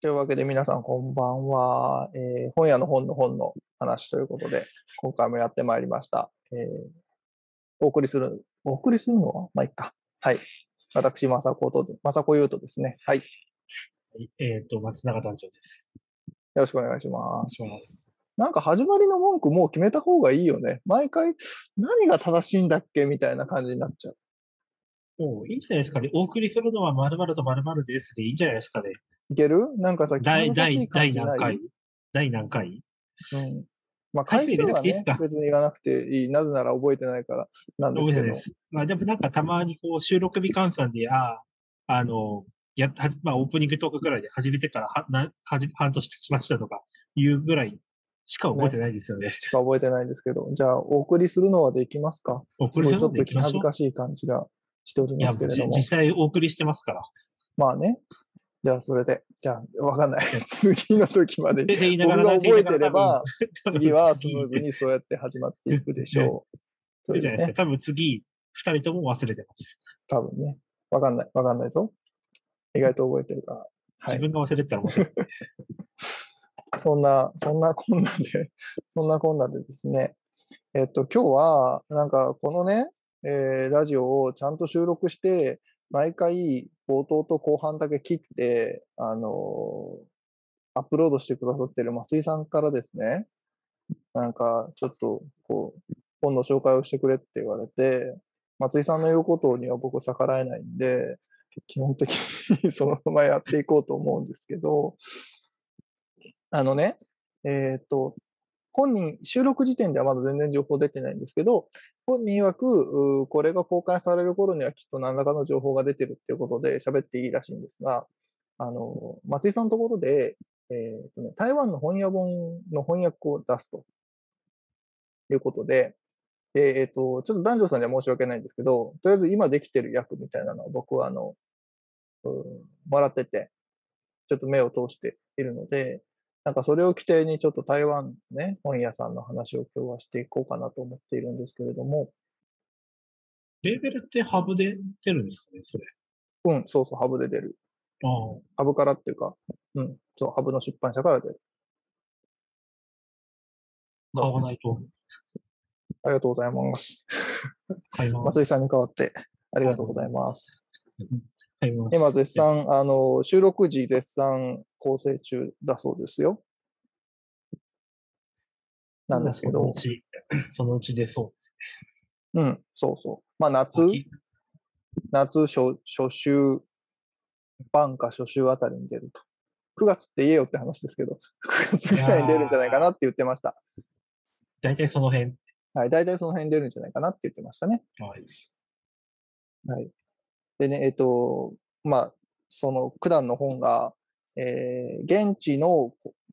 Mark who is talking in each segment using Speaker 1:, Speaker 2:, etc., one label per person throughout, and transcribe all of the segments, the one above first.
Speaker 1: というわけで皆さんこんばんは。本屋の本の本の話ということで、今回もやってまいりました。お送りするのはまあ、いっか。はい。私、まさこゆうとですね。はい。よ
Speaker 2: はい、松永団長です。
Speaker 1: ろしくお願いし
Speaker 2: お願いし
Speaker 1: ます。
Speaker 2: ます。
Speaker 1: なんか始まりの文句もう決めた方がいいよね。毎回何が正しいんだっけみたいな感じになっちゃう。
Speaker 2: もういいんじゃないですかね。お送りするのは〇〇と〇〇ですでいいんじゃないですかね。
Speaker 1: いけるなんかさ、気恥ずかしい感
Speaker 2: 第
Speaker 1: じない？
Speaker 2: 何回第何回
Speaker 1: うん。まあ、回
Speaker 2: 回数入れなく
Speaker 1: 数はね、
Speaker 2: ていいですか？
Speaker 1: 別に言わなくていい。なぜなら覚えてないからなんですけど。
Speaker 2: 覚えてないです。まあでもなんかたまにこう収録日換算で、あの、まあオープニングトークぐらいで始めてから半年経ちましたとかいうぐらいしか覚えて
Speaker 1: ね。
Speaker 2: ないですよね。
Speaker 1: しか覚えてないんですけど、じゃあ、お送りするのはできますか？
Speaker 2: お送りするので
Speaker 1: すごいちょっと
Speaker 2: 行きましょう。
Speaker 1: 気恥ずかしい感じがしておりま
Speaker 2: いや、
Speaker 1: すけれども。
Speaker 2: 実際お送りしてますから。
Speaker 1: まあね。じゃあ、それで。じゃあ、わかんない。
Speaker 2: ね
Speaker 1: 次の時までに
Speaker 2: って言いな
Speaker 1: 僕が覚え
Speaker 2: がら多分、
Speaker 1: てれば、
Speaker 2: 多分
Speaker 1: 次はスムー
Speaker 2: 次、
Speaker 1: ズにそうやって始まっていくでしょう。そ
Speaker 2: いいじゃないですか。
Speaker 1: れでね、
Speaker 2: 多分次、二人とも忘れてます。
Speaker 1: 多分ね。わかんないぞ。意外と覚えてるから。はい。
Speaker 2: 自分が忘れてたら面白いですね。
Speaker 1: そんなこんなでそんなこんなでですね。今日は、なんか、このね、ラジオをちゃんと収録して、毎回、冒頭と後半だけ切って、アップロードしてくださってる松井さんからですね、なんか、ちょっと、本の紹介をしてくれって言われて、松井さんの言うことには僕逆らえないんで、基本的にそのままやっていこうと思うんですけど、あのね、えっと、本人、収録時点ではまだ全然情報出てないんですけど、本人曰く、これが公開される頃にはきっと何らかの情報が出てるっていうことで喋っていいらしいんですが、松井さんのところで、台湾の本屋本の翻訳を出すということで、ちょっと男女さんには申し訳ないんですけど、とりあえず今できてる役みたいなのを僕はもらってて、ちょっと目を通しているので、なんかそれを起点にちょっと台湾のね、本屋さんの話を今日はしていこうかなと思っているんですけれども、
Speaker 2: レーベルってハブで出るんですかね、それ。
Speaker 1: うん、そうそう、ハブで出る。
Speaker 2: ああ、
Speaker 1: ハブからっていうか、うん、そう、ハブの出版社から出る。だそうです。
Speaker 2: 買わないと
Speaker 1: ありがとうございます。
Speaker 2: 買います。
Speaker 1: 松井さんに代わってあり
Speaker 2: あり
Speaker 1: がとうご
Speaker 2: がとうございます。
Speaker 1: ざいます。
Speaker 2: 買います。
Speaker 1: 今絶賛、収録時絶賛構成中だそうですよ。なんで
Speaker 2: もうそのう
Speaker 1: すけど、
Speaker 2: ち、そのうち出そうです。
Speaker 1: うん、そうそう。まあ夏初秋、晩夏初秋あたりに出ると。9月って言えよって話ですけど、9月
Speaker 2: い
Speaker 1: ぐらいに出るん
Speaker 2: やー、
Speaker 1: じゃないかなって言ってました。
Speaker 2: 大体その辺。
Speaker 1: はい、大体その辺に出るんじゃないかなって言ってましたね。
Speaker 2: はい。
Speaker 1: はい。でね、まあ、その九段の本が、現地の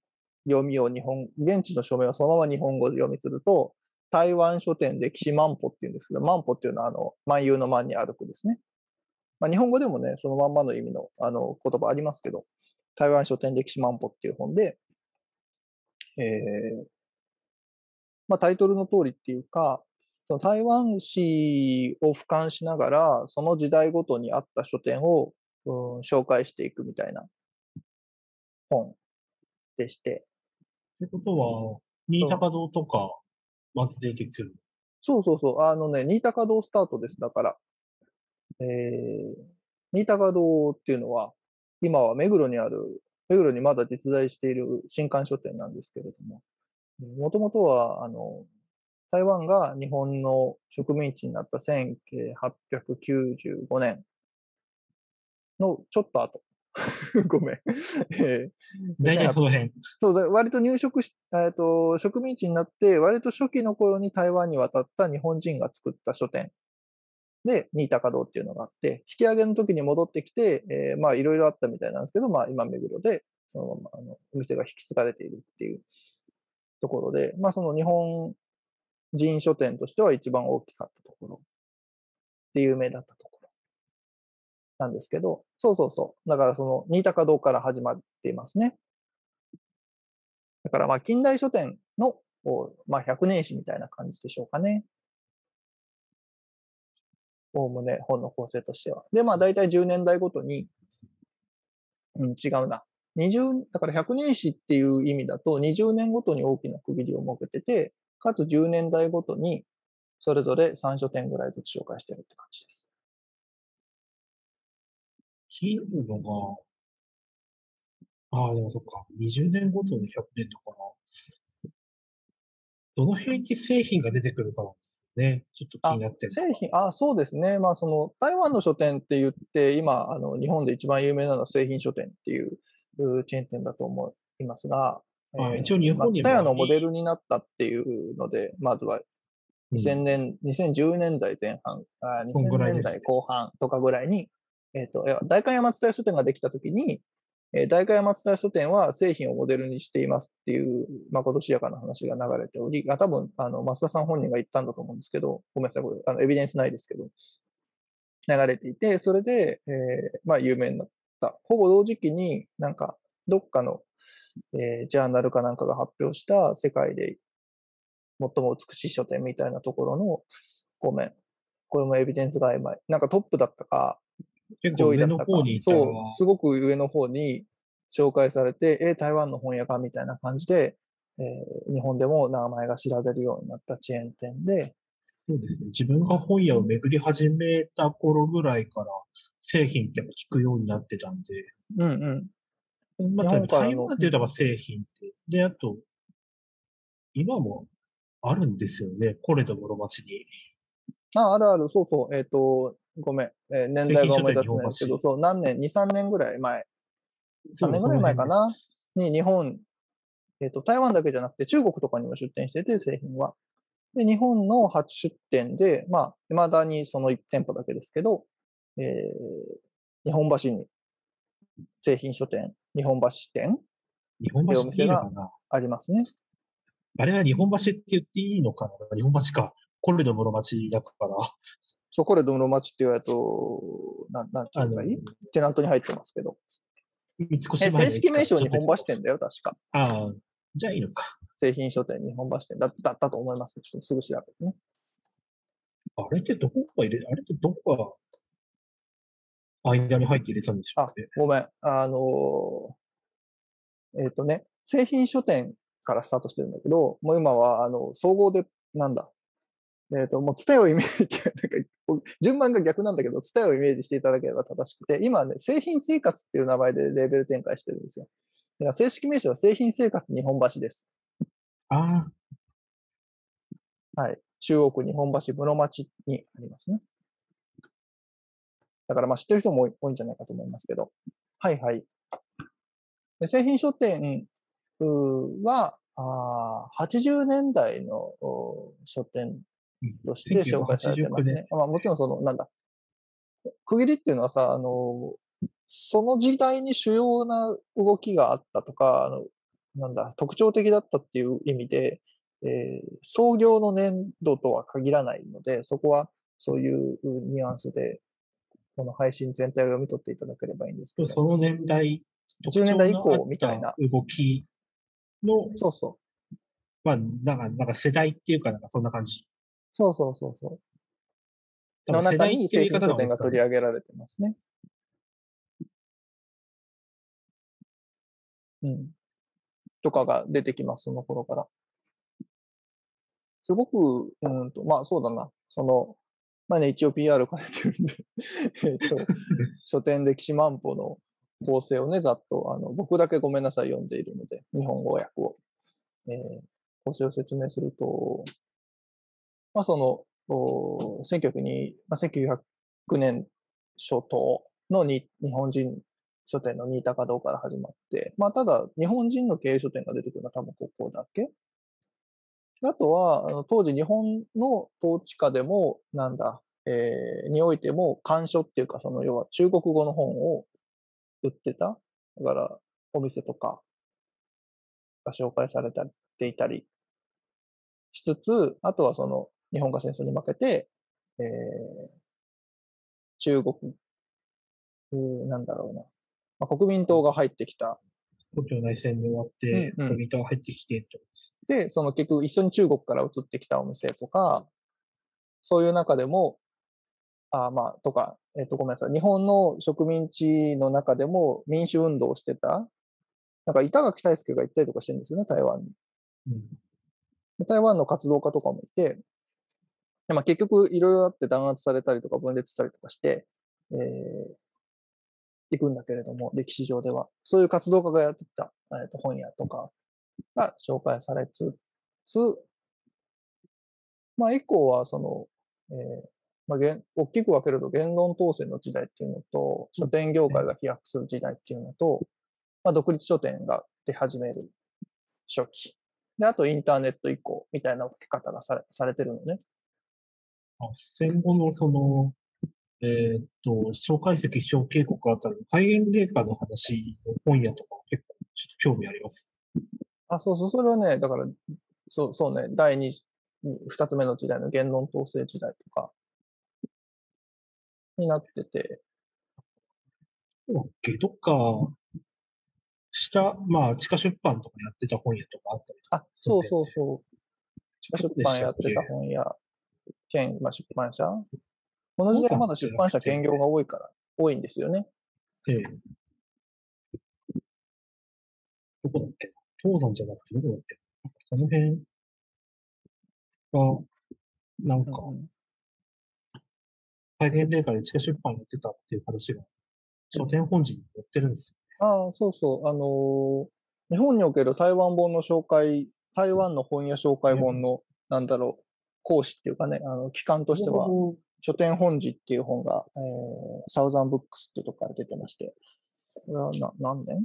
Speaker 1: 現地の書名をそのまま日本語で読みすると、台湾書店歴史万歩っていうんですけど、万歩っていうのは万有の万に歩くですね。まあ、日本語でもね、そのまんまの意味の言葉ありますけど、台湾書店歴史万歩っていう本で、えーまあ、タイトルの通りっていうか、その台湾史を俯瞰しながら、その時代ごとにあった書店を、紹介していくみたいな本でして、
Speaker 2: ってことは、新
Speaker 1: うん、
Speaker 2: 高堂とか、まず出てくる。
Speaker 1: そうそうそう、新高堂スタートです。だから、え新高堂っていうのは、今は目黒にまだ実在している新刊書店なんですけれども、もともとは、台湾が日本の植民地になった1895年のちょっと後。ごめん。
Speaker 2: 大体その辺。
Speaker 1: そうだ、割と入植し、植民地になって、割と初期の頃に台湾に渡った日本人が作った書店で、新高堂っていうのがあって、引き上げの時に戻ってきて、まあいろいろあったみたいなんですけど、まあ今目黒で、そのままお店が引き継がれているっていうところで、まあその日本人書店としては一番大きかったところで有名だったところなんですけど、そうそうそう。だからその新高堂から始まっていますね。だからまあ近代書店の、まあ百年史みたいな感じでしょうかね。おおむね本の構成としては。で、まあ大体10年代ごとに、うん、違うな。 だから100年史っていう意味だと20年ごとに大きな区切りを設けてて、かつ10年代ごとにそれぞれ3書店ぐらいずつ紹介してるって感じです。
Speaker 2: 切るのが、でもそっか。20年ごとに100年だから、どの辺に製品が出てくるかなんですよね。ちょっと気になってるのが。
Speaker 1: 製品、そうですね。まあ、台湾の書店って言って、今、日本で一番有名なのは製品書店っていうチェーン店だと思いますが、
Speaker 2: 一応日
Speaker 1: まあ、
Speaker 2: 本に
Speaker 1: ツタヤ
Speaker 2: もあり、
Speaker 1: のモデルになったっていうので、まずは2000
Speaker 2: うん、
Speaker 1: 年、2010年代前半、2000
Speaker 2: そんぐらい
Speaker 1: 年
Speaker 2: ですね。
Speaker 1: 代後半とかぐらいに、代官山蔦屋書店ができたときに、代官山蔦屋書店は製品をモデルにしていますっていう、まことしやかな話が流れており、多分、増田さん本人が言ったんだと思うんですけど、ごめんなさい、これ、エビデンスないですけど、流れていて、それで、まあ、有名になった。ほぼ同時期になんか、どっかの、ジャーナルかなんかが発表した世界で最も美しい書店みたいなところの、ごめん。これもエビデンスが曖昧。なんかトップだったか、上位
Speaker 2: 結構上の
Speaker 1: だったか、
Speaker 2: 方にいた、
Speaker 1: そう、すごく上の方に紹介されて、台湾の本屋かみたいな感じで、日本でも名前が知られるようになったチェーン店で、
Speaker 2: そうですね。自分が本屋を巡り始めた頃ぐらいから製品って聞くようになってたんで、
Speaker 1: うんうん。
Speaker 2: まあ、
Speaker 1: 日
Speaker 2: 例えば
Speaker 1: 本からの、
Speaker 2: 台湾っていうと製品って、で、あと、今もあるんですよね。コレド室町に。
Speaker 1: あるある、そうそう、ごめん、年
Speaker 2: 製品書店
Speaker 1: 代が思い出
Speaker 2: 日本橋。
Speaker 1: せないんですけど、そう、何年、2、3年ぐらい前、3
Speaker 2: そう、そ
Speaker 1: 年ぐらい
Speaker 2: の辺で
Speaker 1: 前かな、
Speaker 2: す。
Speaker 1: に日本、台湾だけじゃなくて中国とかにも出店してて、製品は。で、日本の初出店で、まあ、未だにその1店舗だけですけど、え日本橋に製品書店、日本橋店っていうお
Speaker 2: 日本橋ってい
Speaker 1: 店が
Speaker 2: いのかな？
Speaker 1: ありますね。
Speaker 2: あれは日本橋って言っていいのかな？日本橋か。コレド室町だから、
Speaker 1: そこでドムロ町っていうなんて言
Speaker 2: あの、
Speaker 1: えばいいテナントに入ってますけど。
Speaker 2: 三越前
Speaker 1: 正
Speaker 2: の駅から
Speaker 1: 式名称日
Speaker 2: ちょっと行くと。
Speaker 1: 本橋店だよ、確か。
Speaker 2: ああ、じゃあいいのか。
Speaker 1: 製品書店日本橋店だったと思います。ちょっとすぐ調べてね。
Speaker 2: あれってどこが間に入って入れたんでしょうね。
Speaker 1: ごめん。製品書店からスタートしてるんだけど、もう今は、総合で、なんだ、もう、ツタヤをイメージ、なんか、順番が逆なんだけど、ツタヤをイメージしていただければ正しくて、今はね、製品生活っていう名前でレーベル展開してるんですよ。だから正式名称は製品生活日本橋です。
Speaker 2: ああ、
Speaker 1: はい。中央区日本橋室町にありますね。だからまあ知ってる人も多いんじゃないかと思いますけど。はいはい。で製品書店は、80年代の書店として紹介され
Speaker 2: 1989年。
Speaker 1: てますね。まあもちろんなんだ、区切りっていうのはさ、その時代に主要な動きがあったとか、なんだ、特徴的だったっていう意味で、創業の年度とは限らないので、そこはそういうニュアンスで、この配信全体を読み取っていただければいいんですけど、
Speaker 2: その年代、特
Speaker 1: 10年
Speaker 2: 徴のあっ
Speaker 1: 代以降みたい
Speaker 2: た
Speaker 1: な、
Speaker 2: 動きの、
Speaker 1: そうそう、
Speaker 2: まあ、なんか世代っていうか、なんかそんな感じ。
Speaker 1: そうそうそうそう、
Speaker 2: 多分世
Speaker 1: の中
Speaker 2: 代っていう言い方
Speaker 1: に製品書店が取
Speaker 2: なんですかね。
Speaker 1: り上げられてますね。うん。とかが出てきます、その頃から。すごく、まあそうだな。まあね、一応 PR 兼ねてるんで書店歴史万歩の構成をね、ざっと、僕だけごめんなさい、読んでいるので、日本語訳を、構成を説明すると、まあ1900に、まあ、1900年初頭の日本人書店の新高堂から始まって、まあただ、日本人の経営書店が出てくるのは多分ここだけあとは、当時日本の統治下でも、なんだ、においても、漢書っていうか、要は中国語の本を売ってた。だから、お店とかが紹介されていたりしつつ、あとは日本が戦争に負けて、え中国、なんだろうな。まあ、国民党が入ってきた。
Speaker 2: 東京内戦に終わっ
Speaker 1: うん
Speaker 2: て、
Speaker 1: うん。
Speaker 2: 国民党が入ってきてってことです。
Speaker 1: で、結局一緒に中国から移ってきたお店とか、そういう中でも、まあ、とか、ごめんなさい。日本の植民地の中でも民主運動をしてた。 なんか板垣退助が行ったりとかしてるんですよね、台湾に。
Speaker 2: うん。
Speaker 1: で台湾の活動家とかもいて、でまあ、結局いろいろあって弾圧されたりとか分裂したりとかして、行くんだけれども、歴史上では。そういう活動家がやってきた、本屋とかが紹介されつつ、まあ、以降は、まあ、大きく分けると言論統制の時代っていうのと、書店業界が飛躍する時代っていうのと、まあ、独立書店が出始める初期。で、あとインターネット以降みたいな分け方がされてるのね。
Speaker 2: 戦後の蒋介石小警告あたりの戒厳令下の話の本屋とか結構ちょっと興味あります。
Speaker 1: あ、そうそう、それはね、だから、そうね、二つ目の時代の言論統制時代とかになってて、
Speaker 2: どっか、まあ、地下出版とかやってた本屋とかあったりとか、
Speaker 1: あ、そうそうそう、地下出
Speaker 2: どこでしたっけ？
Speaker 1: 版やってた本屋兼、まあ、出版社この時
Speaker 2: 東山
Speaker 1: 代まだ出版社
Speaker 2: じゃなくて、
Speaker 1: 兼業が多いんですよね。
Speaker 2: ええ、どこだっけ？東山じゃなくてどこだっけ？その辺が、なんか、
Speaker 1: うんうん、
Speaker 2: 大変令下で地下出版やってたっていう話が、書店本誌に載ってるんです
Speaker 1: ああ、そうそう。日本における台湾本の紹介、台湾の本屋紹介
Speaker 2: よ。
Speaker 1: 本の、なんだろう、講師っていうかね、機関としては、
Speaker 2: おー
Speaker 1: 書店本寺っていう本が、サウザンブックスっていうとこから出てまして、これは何年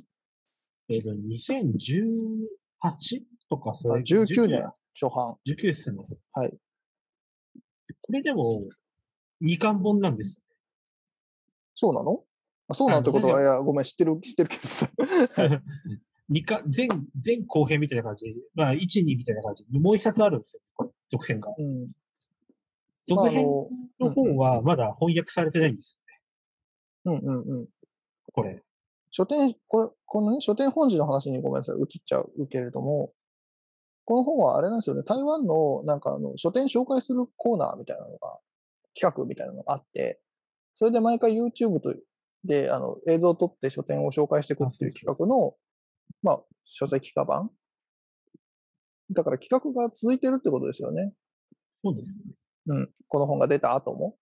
Speaker 2: 2018とか、そ
Speaker 1: あ、
Speaker 2: れ、
Speaker 1: 19
Speaker 2: 19
Speaker 1: 年
Speaker 2: だ。
Speaker 1: 初版。
Speaker 2: 19っすね。
Speaker 1: はい。
Speaker 2: これでも、二巻本なんです。
Speaker 1: そうなのあ、そうなんてことは、い
Speaker 2: 確か、
Speaker 1: や、ごめん、知ってるけどさ。はい。
Speaker 2: 二巻、前後編みたいな感じで、まあ、1、2みたいな感じで、もう一冊あるんですよ。これ、続編が。
Speaker 1: うん。まあ、
Speaker 2: 続編の方はまだ翻訳されてないんです。
Speaker 1: うんうんうん。
Speaker 2: これ。
Speaker 1: このね、書店本寺の話にごめんなさい、移っちゃうけれども、この本はあれなんですよね、台湾のなんか書店紹介するコーナーみたいなのが、企画みたいなのがあって、それで毎回 YouTube で映像を撮って書店を紹介していく
Speaker 2: あ、
Speaker 1: っていう
Speaker 2: そうそう。
Speaker 1: 企画の、まあ、書籍化版だから企画が続いてるってことですよね。
Speaker 2: そうです。
Speaker 1: うん。この本が出た後も。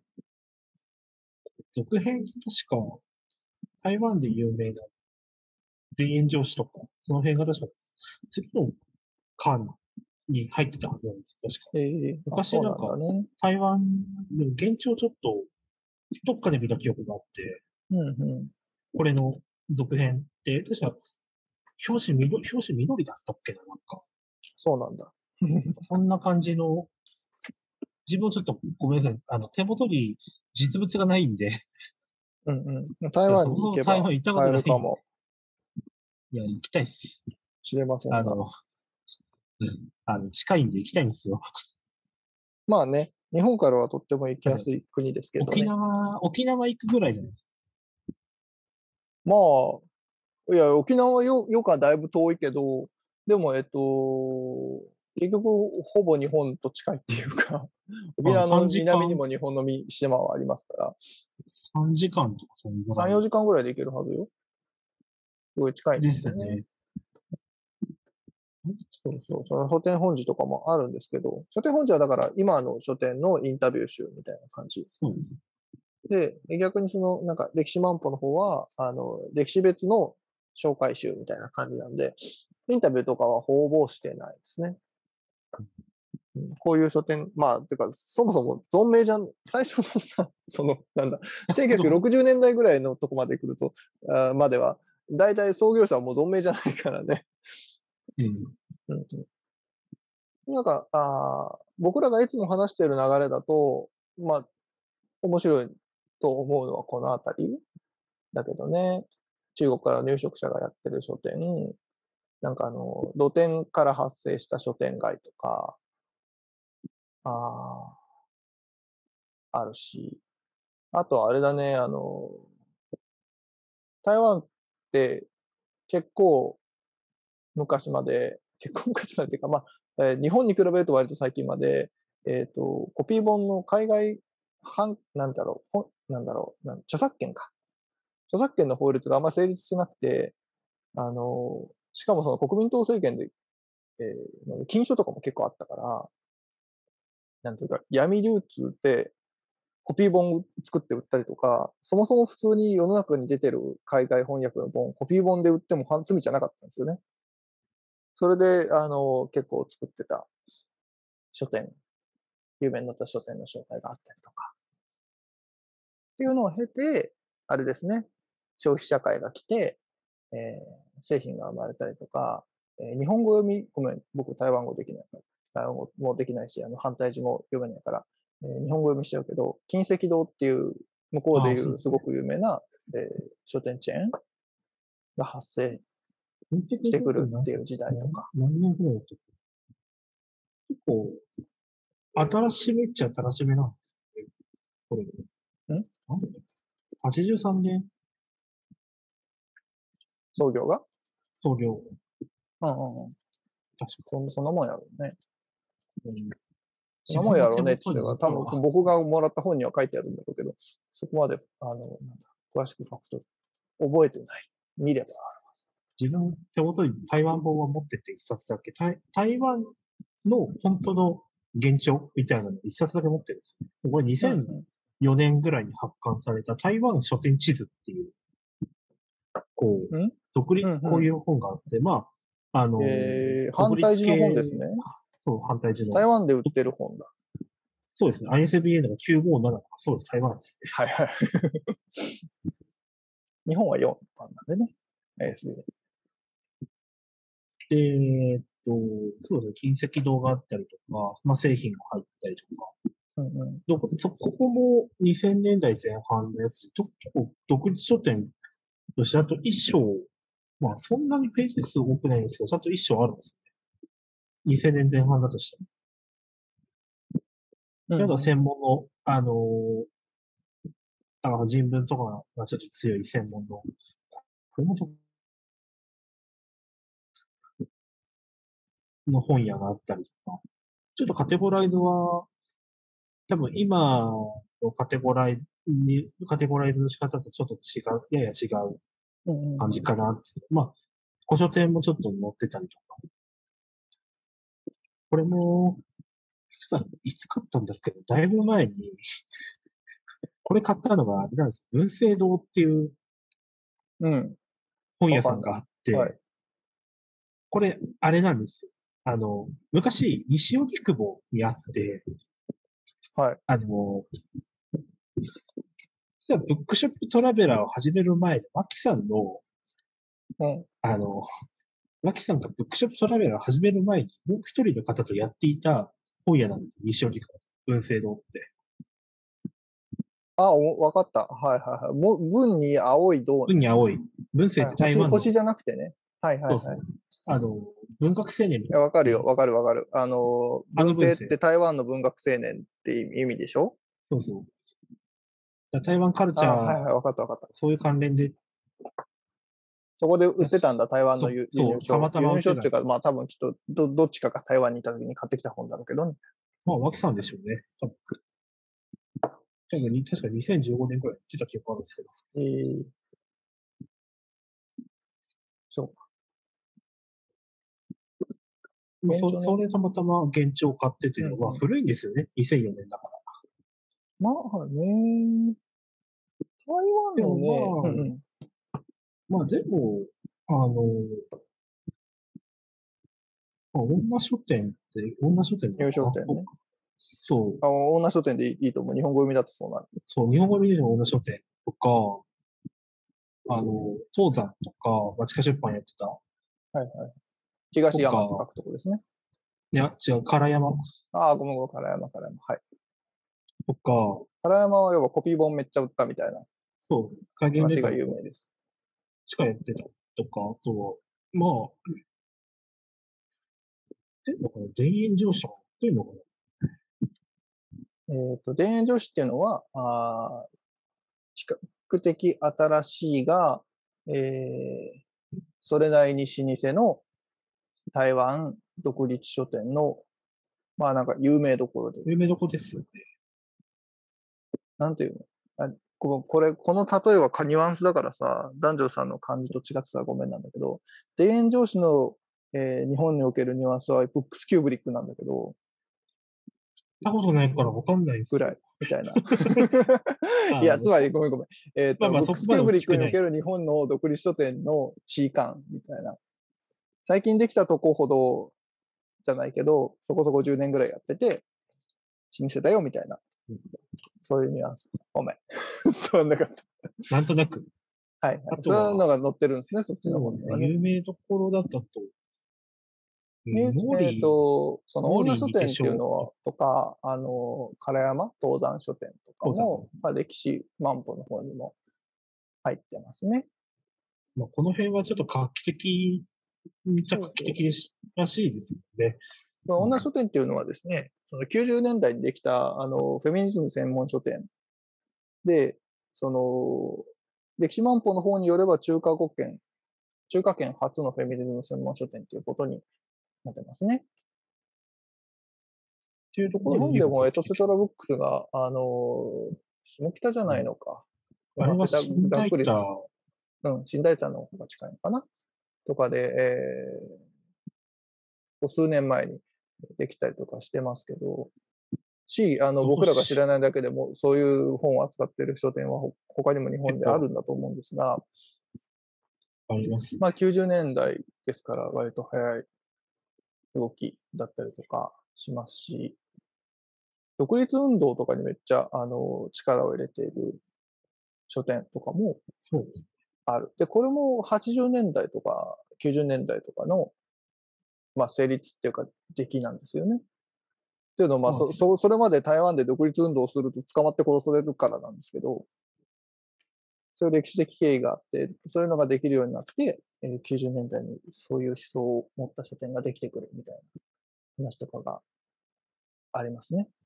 Speaker 2: 続編、確か、台湾で有名な田園上司とか、その辺が確か、次の巻に入ってたはずなんですよ、確か。
Speaker 1: あ、そうな
Speaker 2: 昔なんか、
Speaker 1: んだね。
Speaker 2: 台湾の現地をちょっと、どっかで見た記憶があって、
Speaker 1: うんうん。
Speaker 2: これの続編って、確か、表紙緑だったっけな、なんか。
Speaker 1: そうなんだ。
Speaker 2: そんな感じの、自分ちょっとごめんなさい。手元に実物がないんで、
Speaker 1: うんうん。台
Speaker 2: いや、
Speaker 1: 湾
Speaker 2: そもそも
Speaker 1: に行けば
Speaker 2: 台湾行ったこ
Speaker 1: 買
Speaker 2: とないんで、
Speaker 1: えるかも
Speaker 2: いや、行きたいです。
Speaker 1: しれませんが。
Speaker 2: あの、近いんで行きたいんですよ。
Speaker 1: まあね、日本からはとっても行き
Speaker 2: ただ、
Speaker 1: やすい国ですけどね。
Speaker 2: 沖縄行くぐらいじゃないですか。
Speaker 1: まあ、いや、沖縄よかだいぶ遠いけど、でも、結局、ほぼ日本と近いっていうか、沖縄の
Speaker 2: 3時間、
Speaker 1: 南にも日本の島はありますから、
Speaker 2: 3時間とかそのぐら
Speaker 1: 3、
Speaker 2: い
Speaker 1: 4時間ぐらいで行けるはずよ。すごい近いんで
Speaker 2: で
Speaker 1: すよね。
Speaker 2: すね。
Speaker 1: そうそう、その書店本寺とかもあるんですけど、書店本寺はだから今の書店のインタビュー集みたいな感じ。
Speaker 2: そうです。
Speaker 1: で、逆になんか歴史万歩の方は、歴史別の紹介集みたいな感じなんで、インタビューとかはほぼしてないですね。こういう書店、まあ、てか、そもそも存命じゃん、最初のさ、なんだ、1960年代ぐらいのとこまで来ると、までは、大体創業者はもう存命じゃないからね。
Speaker 2: うん。
Speaker 1: うんうん、なんか、僕らがいつも話している流れだと、まあ、面白いと思うのはこのあたりだけどね。中国から入植者がやってる書店、なんか露店から発生した書店街とか、ああるし、あとあれだね、台湾って結構結構昔までっていうか、まあ、日本に比べると割と最近まで、コピー本の海外なんだろう、なんだろう、著作権か。著作権の法律があんまり成立してなくて、 しかもその国民党政権で、禁書とかも結構あったから、なんていうか、闇流通ってコピー本作って売ったりとか、そもそも普通に世の中に出てる海外翻訳の本、コピー本で売っても罪じゃなかったんですよね。それで、結構作ってた書店、有名になった書店の紹介があったりとか、っていうのを経て、あれですね、消費社会が来て、製品が生まれたりとか、日本語読み、ごめん、僕台湾語できないから、台湾語もできないし、反対字も読めないから、日本語読みしちゃうけど、金石堂っていう、向こうで
Speaker 2: ああ、
Speaker 1: いうすご
Speaker 2: そうですね。
Speaker 1: く有名な、書店チェーンが発生
Speaker 2: 分析
Speaker 1: してく
Speaker 2: で
Speaker 1: るっていう時代とか。
Speaker 2: 何年ぐらいだったっけ？結構、新しめっちゃ新しめなんですよね。これ。なんで ?83 年
Speaker 1: 創業が
Speaker 2: 創業。
Speaker 1: うんうんうん。
Speaker 2: 確か。
Speaker 1: そんなもんやろうね。
Speaker 2: うん。
Speaker 1: そんな
Speaker 2: 自分の手
Speaker 1: もんやろうねって
Speaker 2: 元に
Speaker 1: 言ってたら、多
Speaker 2: 実は、
Speaker 1: 分僕がもらった本には書いてあるんだろうけど、そこまで、なんだ、詳しく書くと覚えてない。見れば。
Speaker 2: 自分の手元に台湾本は持ってて一冊だけ、台湾の本当の現状みたいなのを一冊だけ持ってるんですよ。これ
Speaker 1: うん
Speaker 2: 2004
Speaker 1: うん。
Speaker 2: 年ぐらいに発刊された台湾書店地図っていう、こう、
Speaker 1: うん
Speaker 2: こうい
Speaker 1: うん
Speaker 2: う本があって、まあ、
Speaker 1: 反対字の
Speaker 2: 独立系、
Speaker 1: 本ですね。
Speaker 2: そう、反対字の。
Speaker 1: 台湾で売ってる本だ。
Speaker 2: そうですね。ISBN が957とか、そうです、台湾ですね。
Speaker 1: はいはい。日本は4番なんでね。ASB。
Speaker 2: で、そうですね。金石堂があったりとか、まあ、製品が入ったりとか、
Speaker 1: うんうん。
Speaker 2: ここも2000年代前半のやつ、結構独立書店として、あと一章、まあそんなにページ数多くないんですけど、ちゃんと一章あるんですね。2000年前半だとしても。
Speaker 1: うん
Speaker 2: なんか
Speaker 1: うん。
Speaker 2: 専門の、人文とかがちょっと強い専門の、これもの本屋があったりとか、ちょっとカテゴライズは、多分今のカテゴライズの仕方とちょっと違う、やや違う
Speaker 1: うんうん
Speaker 2: 感じ
Speaker 1: うん。
Speaker 2: かなって。まあ、古書店もちょっと載ってたりとか。これも、いつ買ったんですけど、だいぶ前に、これ買ったのが、あれなんです。文政堂っていう
Speaker 1: うん。
Speaker 2: 本屋さ
Speaker 1: わかんない。
Speaker 2: んがあって、
Speaker 1: はい。
Speaker 2: これ、あれなんですよ。昔、西荻窪にあって、
Speaker 1: はい。
Speaker 2: あの、実はブックショップトラベラーを始める前で、脇さんの、
Speaker 1: うん。
Speaker 2: あの、脇さんがブックショップトラベラーを始める前に、もう一人の方とやっていた本屋なんですよ。西荻窪。文政堂って。
Speaker 1: わかった。はいはいはい。文に青い銅ね。
Speaker 2: 文に青い。文政
Speaker 1: はい。
Speaker 2: って台湾の、
Speaker 1: 星じゃなくてね。はいはいはい。
Speaker 2: そうそう。あ文学青年みたい
Speaker 1: わかるよ。
Speaker 2: な。
Speaker 1: わかるわかる。文
Speaker 2: 文
Speaker 1: 政って
Speaker 2: 政。
Speaker 1: 台湾の文学青年って意味でしょ？
Speaker 2: そうそう。台湾カルチャー、
Speaker 1: はいはい。わかったわかった。
Speaker 2: そういう関連で、
Speaker 1: そこで売ってたんだ、台湾の輸
Speaker 2: そう、たま
Speaker 1: 入書。輸
Speaker 2: たま売ってたんです。
Speaker 1: 入書っていうか、まあ多分きっとどっちかが台湾にいた時に買ってきた本だろうけどね。
Speaker 2: まあ、脇さんでしょうね。確か2015年くらいに言ってた記憶あるんですけど。
Speaker 1: えー、そうか。現状ね。
Speaker 2: それたまたま現地を買ってて、まあ
Speaker 1: うんうん。
Speaker 2: 古いんですよね。2004年だから。
Speaker 1: まあね、台湾
Speaker 2: でも
Speaker 1: のね、うんうん。
Speaker 2: まあでも、女書店なの
Speaker 1: 入
Speaker 2: かな。
Speaker 1: 書店ね。
Speaker 2: そう、
Speaker 1: 女書店でいいと思う。日本語読みだとそうなる。
Speaker 2: そう、日本語見るの女書店とか、東山とか、まあ、地下出版やってた
Speaker 1: はいはい。東
Speaker 2: とか、
Speaker 1: 山って書くとこですね。
Speaker 2: いや、違う、唐山
Speaker 1: ごめんごめん、唐山。はい。
Speaker 2: とか、
Speaker 1: 唐山は要はコピー本めっちゃ売ったみたいな
Speaker 2: そう、影メ
Speaker 1: 話が
Speaker 2: ガネ
Speaker 1: 有名です。
Speaker 2: しかやってたとか、あとは、まあ、でもこの田園上昇っていうのかな。
Speaker 1: 田園女子っていうのは、比較的新しいが、それなりに老舗の台湾独立書店の、まあなんか有名どころで、
Speaker 2: 有名どこですよね。
Speaker 1: なんていうのこの例えはニュアンスだからさ、男女さんの漢字と違ってたらごめんなんだけど、田園上司の、日本におけるニュアンスはブックスキューブリックなんだけど、
Speaker 2: たことないからわかんないですよ。
Speaker 1: ぐらい、みたいな。い
Speaker 2: ああ、
Speaker 1: や、つまり、ごめんごめん。
Speaker 2: まあまあ
Speaker 1: ブッ
Speaker 2: そこまで大
Speaker 1: クスキューブリッ
Speaker 2: きくない。
Speaker 1: クにおける日本の独立書店の地位感みたいな。最近できたとこほどじゃないけど、そこそこ10年ぐらいやってて、老舗だよみたいな。そういうニュアンス。ごめん。そんなかった。
Speaker 2: なんとなく。
Speaker 1: はい、はい。
Speaker 2: あと
Speaker 1: そういうの
Speaker 2: は、
Speaker 1: が載ってるんですね、そっちの
Speaker 2: そうですね、
Speaker 1: 方にはね。
Speaker 2: 有名どころだったと、
Speaker 1: その
Speaker 2: モーリー
Speaker 1: 女書店っていう
Speaker 2: に手書
Speaker 1: のは、とか、唐山東山書店とか
Speaker 2: 講座さん。
Speaker 1: も、まあ、歴史万歩の方にも入ってますね。
Speaker 2: まあ、この辺はちょっと画期的、めっちゃ画期
Speaker 1: そうそう。
Speaker 2: 的らしいですよね。
Speaker 1: その女書店っていうのはですね、その90年代にできた、フェミニズム専門書店で、その、歴史万歩の方によれば中華圏初のフェミニズム専門書店ということになってますね。
Speaker 2: っていうとこ
Speaker 1: 日
Speaker 2: ろで結構
Speaker 1: 本でもエト
Speaker 2: 画期的。
Speaker 1: セトラブックスが、下北じゃないのか。
Speaker 2: あれは
Speaker 1: ざ
Speaker 2: 新
Speaker 1: ざっくり、
Speaker 2: 大田、
Speaker 1: 新大田の方が近いのかなとかで、数年前にできたりとかしてますけど、僕らが知らないだけでも、そういう本を扱っている書店は他にも日本であるんだと思うんですが、
Speaker 2: あります。
Speaker 1: まあ90年代ですから割と早い動きだったりとかしますし、独立運動とかにめっちゃ、力を入れている書店とかも
Speaker 2: そうです。
Speaker 1: ある。で、これも80年代とか90年代とかの、まあ、成立っていうか、出来なんですよね。っていうのは、まあ、
Speaker 2: そうですね。
Speaker 1: それまで台湾で独立運動をすると捕まって殺されるからなんですけど、そういう歴史的経緯があって、そういうのができるようになって、90年代にそういう思想を持った書店ができてくるみたいな話とかがありますね。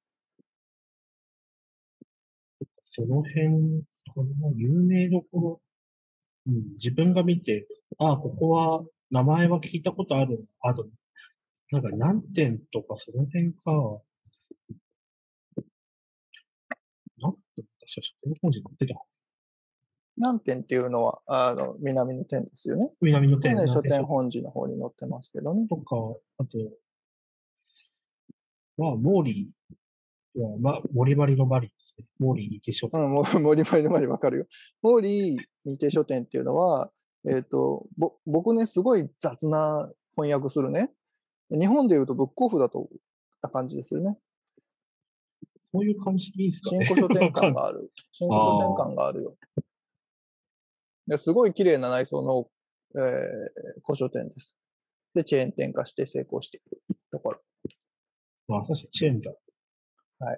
Speaker 2: その辺、その有名どころ、自分が見て、ああ、ここは名前は聞いたことある。あと、なんか何点とかその辺か、何点か確か書店本誌載ってたはず。
Speaker 1: 南店っていうのは、南の店ですよね。
Speaker 2: 南の点、
Speaker 1: これね、書店
Speaker 2: 南点書店
Speaker 1: 本寺の方に載ってますけどね。
Speaker 2: とか、あとは、モーリーは、まあ、モリバリのバリですね。モーリーに手書店。
Speaker 1: もう、森まりのまでわかるよ。モーリー認定書店っていうのは、僕ね、すごい雑な翻訳するね。日本で言うとブックオフだと、な感じですよね。
Speaker 2: そういう感じでいいですか
Speaker 1: 新
Speaker 2: ね。
Speaker 1: 古書店
Speaker 2: わかんない。
Speaker 1: 感がある。新古書店
Speaker 2: ああ、
Speaker 1: 感があるよ。ですごい綺麗な内装の、古書店です。で、チェーン店化して成功しているところ。
Speaker 2: まあ、確かにチェーンだ。
Speaker 1: はい。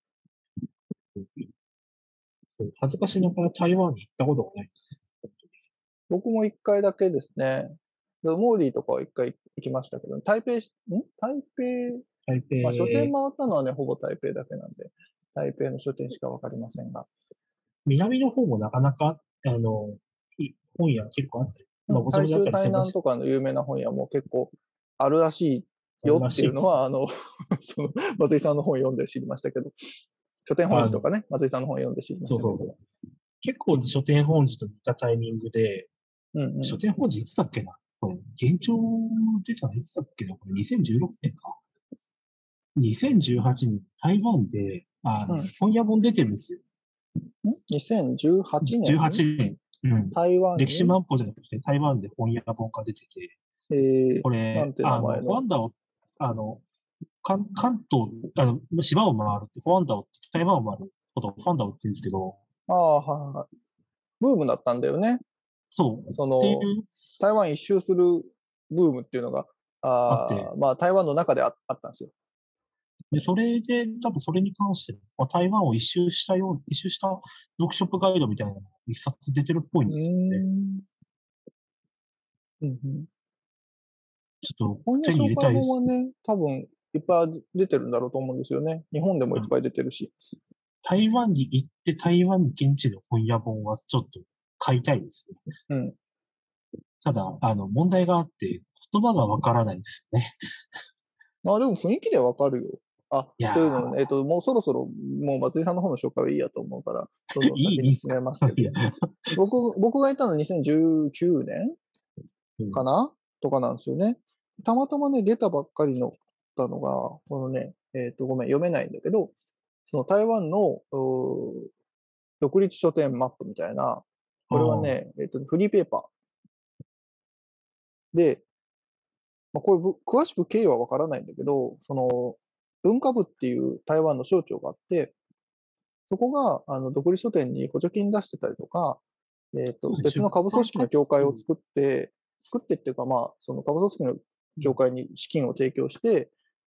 Speaker 2: そう恥ずかしながら台湾に行ったことがないんです。
Speaker 1: 僕も一回だけですね。モーディとかは一回行きましたけど、台北、
Speaker 2: 台
Speaker 1: まあ書店
Speaker 2: 北、
Speaker 1: 回ったのはね、ほぼ台北だけなんで、台北の書店しかわかりませんが。
Speaker 2: 南の方もなかなか、本屋結構あったり、まあ、ごちゃごちゃあっ
Speaker 1: 台中
Speaker 2: たりするらしい。
Speaker 1: 台南とかの有名な本屋も結構あるらしい
Speaker 2: ある
Speaker 1: よって
Speaker 2: らしい。
Speaker 1: いうのは、その、松井さんの本読んで知りましたけど、書店本
Speaker 2: あの、
Speaker 1: 誌とかね、松井さんの本読んで知りましたけど。
Speaker 2: そうそうそう。結構書店本誌と似たタイミングで、
Speaker 1: うんうん。
Speaker 2: 書店本誌いつだっけなこれ、現状出たのいつだっけなこれ2016年か。2018年、台湾で、
Speaker 1: うん。
Speaker 2: 本屋本出てるんですよ。
Speaker 1: 2018年
Speaker 2: 18
Speaker 1: に
Speaker 2: 年。うん。
Speaker 1: 台湾に、
Speaker 2: 歴史万歩じゃなくて、台湾で本屋本が出てて、こ
Speaker 1: なん
Speaker 2: れ、
Speaker 1: て名前の、
Speaker 2: ファンダを、関東、島を回るって、ファンダを、台湾を回ることをファンダをって言うんですけど、
Speaker 1: ああ、はいはい。ブームだったんだよね。
Speaker 2: そう。
Speaker 1: そ
Speaker 2: ってい
Speaker 1: の、
Speaker 2: う、
Speaker 1: 台湾一周するブームっていうのが、
Speaker 2: あって、
Speaker 1: まあ台湾の中であったんですよ。
Speaker 2: で、それで、多分それに関して、台湾を一周した読書ップガイドみたいなのが一冊出てるっぽいん
Speaker 1: うー
Speaker 2: ですよね。
Speaker 1: ん。うんうん。
Speaker 2: ちょっと
Speaker 1: 本屋
Speaker 2: 手に入れ
Speaker 1: 紹介
Speaker 2: たいですね。
Speaker 1: 本はね、多分いっぱい出てるんだろうと思うんですよね。日本でもいっぱい出てるし。
Speaker 2: 台湾に行って台湾現地の本屋本はちょっと買いたいですね。
Speaker 1: うん。
Speaker 2: ただ、問題があって、言葉がわからないですよね。
Speaker 1: まあでも雰囲気でわかるよ。
Speaker 2: いや
Speaker 1: というのをね、もうそろそろ、もう松井さんの方の紹介はいいやと思うから、どんどん
Speaker 2: いい、
Speaker 1: 先に進
Speaker 2: いいっすか？
Speaker 1: めますけど、
Speaker 2: いや、
Speaker 1: 僕がいたの2019年
Speaker 2: うん。
Speaker 1: かなとかなんですよね。たまたまね、出たばっかりのたのが、このね、ごめん、読めないんだけど、その台湾の独立書店マップみたいな、これは
Speaker 2: ああ、
Speaker 1: ね、フリーペーパーで、まあ、これ詳しく経緯はわからないんだけど、その文化部っていう台湾の省庁があって、そこが独立書店に補助金出してたりとか、別の
Speaker 2: 出
Speaker 1: 下部組織の
Speaker 2: 版活
Speaker 1: 協会を
Speaker 2: 動、
Speaker 1: 作ってっていうか、まあ、その下部組織の
Speaker 2: うん。
Speaker 1: 協会に資金を提供して、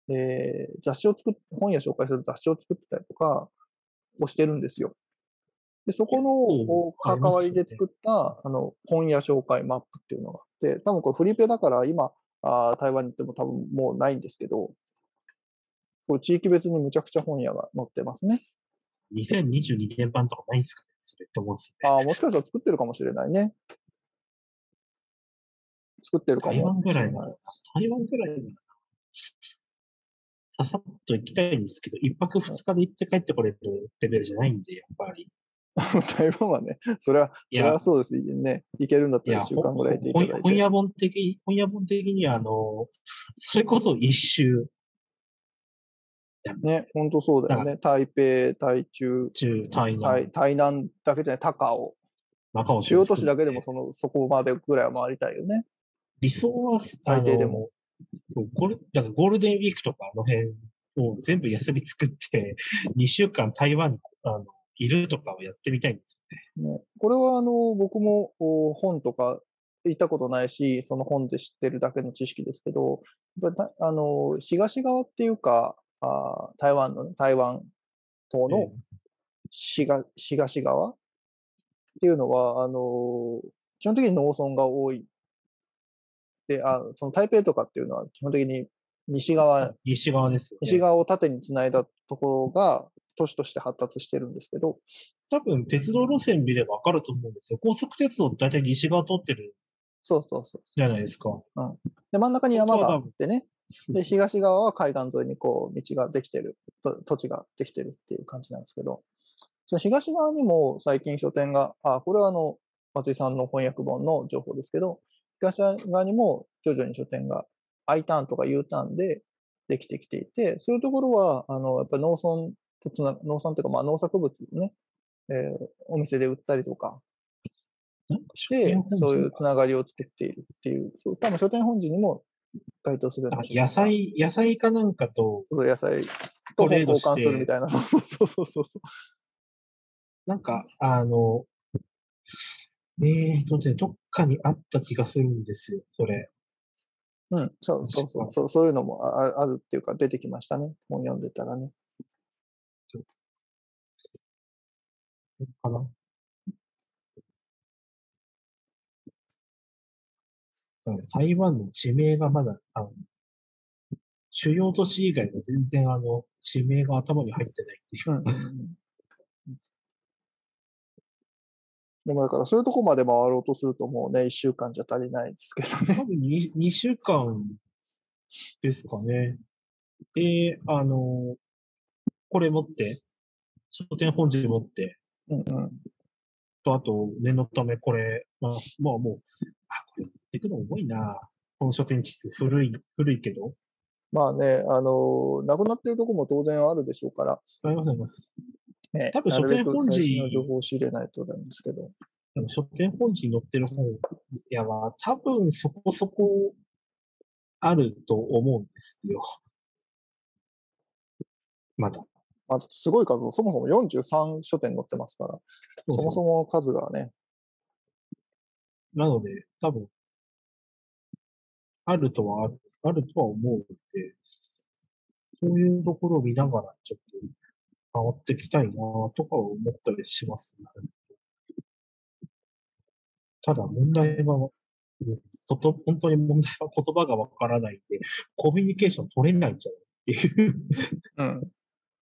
Speaker 1: 本屋紹介する雑誌を作ってたりとかをしてるんですよ。で、そこ
Speaker 2: 結
Speaker 1: の
Speaker 2: 構ありま
Speaker 1: 関わり
Speaker 2: すよね。
Speaker 1: で作った本屋紹介マップっていうのがあって、多分これフリペだから今、台湾に行っても多分もうないんですけど、こう地域別にむちゃくちゃ本屋が載ってますね。
Speaker 2: 2022年版とかないんですかね、それと思うんですよね。
Speaker 1: もしかしたら作ってるかもしれないね。作ってるか
Speaker 2: 台
Speaker 1: も
Speaker 2: 湾ぐらいなら、
Speaker 1: しれない。
Speaker 2: 台湾ぐらいなら、ささっと行きたいんですけど、一泊二日で行って帰ってこれるレベルじゃないんで、やっぱり。
Speaker 1: 台湾はね、それは
Speaker 2: いや、
Speaker 1: そうですね。行けるんだったら
Speaker 2: いや、
Speaker 1: 1週間ぐらいいていただいて。
Speaker 2: 本屋本的にそれこそ一周、いや、
Speaker 1: ね、ほんとそうだ
Speaker 2: なんか、
Speaker 1: よね。台北、台中、
Speaker 2: 台南、
Speaker 1: 台南だけじゃない、高尾。
Speaker 2: 中尾
Speaker 1: 主要都市
Speaker 2: 町含めて、
Speaker 1: だけでもそこまでぐらいは回りたいよね。
Speaker 2: 理想は、
Speaker 1: 最低でも。
Speaker 2: だからゴールデンウィークとかあの辺を全部休み作って、2週間台湾に、いるとかをやってみたいんですよね。
Speaker 1: ね、これは僕も本とか行ったことないし、その本で知ってるだけの知識ですけど、やっぱ東側っていうか、台湾島の
Speaker 2: え
Speaker 1: 東側っていうのは、基本的に農村が多い。で、その台北とかっていうのは基本的に
Speaker 2: 西側ですよね。
Speaker 1: 西側を縦につないだところが都市として発達してるんですけど、
Speaker 2: 多分、鉄道路線見ればわかると思うんですよ。高速鉄道って大体西側通ってる
Speaker 1: そうそうそう
Speaker 2: じゃないですか。
Speaker 1: うん。で、真ん中に山があっ
Speaker 2: 本当は多分、
Speaker 1: てね、で、東側は海岸沿いにこう、道ができてる、土地ができてるっていう感じなんですけど、その東側にも最近書店が、これは松井さんの翻訳本の情報ですけど、東側にも徐々に書店が I ターンとか U ターンでできてきていて、そういうところは、やっぱり農村というか、まあ農作物ね、お店で売ったりとか
Speaker 2: なんか書店
Speaker 1: して、そうい
Speaker 2: 本陣が、
Speaker 1: うつながりを作っているっていう、そう、多分書店本陣にも該当するような書店が
Speaker 2: 野菜かなんかと
Speaker 1: 野菜と
Speaker 2: トレード
Speaker 1: 本交
Speaker 2: して、
Speaker 1: 換するみたいな。そう。
Speaker 2: なんか、どっかにあった気がするんですよ、それ。
Speaker 1: うん、
Speaker 2: 確か。
Speaker 1: そういうのもあるっていうか出てきましたね。本読んでたらね。
Speaker 2: かな。台湾の地名がまだ、主要都市以外は全然地名が頭に入ってないっていう。
Speaker 1: うんうんうん。でもだからそういうとこまで回ろうとするともうね、1週間じゃ足りないですけどね。
Speaker 2: 多分2週間ですかね。で、これ持って、書店本陣持って、
Speaker 1: うんうん。
Speaker 2: あと、念のためこれ、まあもう、これ持ってくの重いな。この書店地図、古いけど。
Speaker 1: まあね、なくなっているとこも当然あるでしょうから、
Speaker 2: ありますあります。
Speaker 1: ね、
Speaker 2: 多分
Speaker 1: なるべ
Speaker 2: 書店本
Speaker 1: く最新の情
Speaker 2: 陣、
Speaker 1: 報を仕入れないとなんですけど。
Speaker 2: 書店本陣載ってる本屋は、多分そこそこあると思うんですよ。まだ。
Speaker 1: まあ、すごい数、そもそも43書店載ってますから、
Speaker 2: そうそう。
Speaker 1: そもそも数がね、
Speaker 2: なので、多分、あるとは思うので、そういうところを見ながら、ちょっと変わっていきたいなとか思ったりしますね。ただ問題は、本当に問題は言葉がわからないんで、コミュニケーション取れないんじゃないっていう。
Speaker 1: うん。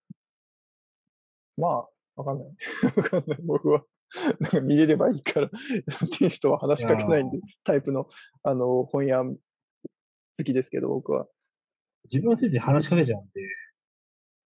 Speaker 1: まあ、わかんない。わかんない。僕は、なんか見れればいいから、店主とは話し
Speaker 2: いやー、
Speaker 1: かけないんで、タイプの、本屋好きですけど、僕は。
Speaker 2: 自分はついて話しかけちゃうんで、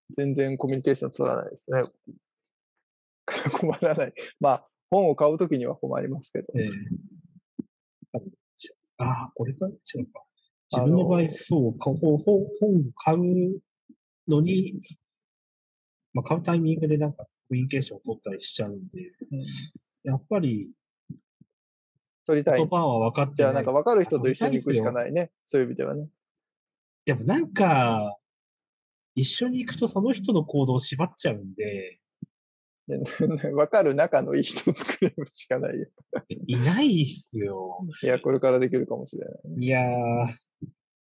Speaker 1: 全然コミュニケーション取らないですね。困らない。まあ、本を買うときには困りますけど。
Speaker 2: ええ多分これが違うか。自
Speaker 1: あ
Speaker 2: 分の場合、
Speaker 1: の、
Speaker 2: そう、本を買うのに、まあ、買うタイミングでなんかコミュニケーションを取ったりしちゃうんで、
Speaker 1: うん、
Speaker 2: やっぱり
Speaker 1: 取りたい。
Speaker 2: 言葉は分かっ
Speaker 1: じゃあ、なん
Speaker 2: てない。
Speaker 1: か分かる人と
Speaker 2: 取り
Speaker 1: 一緒に行くしか
Speaker 2: たいですよ。
Speaker 1: ないね。そういう意味ではね。
Speaker 2: でもなんか、一緒に行くとその人の行動を縛っちゃうんで、
Speaker 1: で分かる仲のいい人を作るしかないよ。
Speaker 2: いないっすよ。
Speaker 1: いや、これからできるかもしれないね。
Speaker 2: いやー、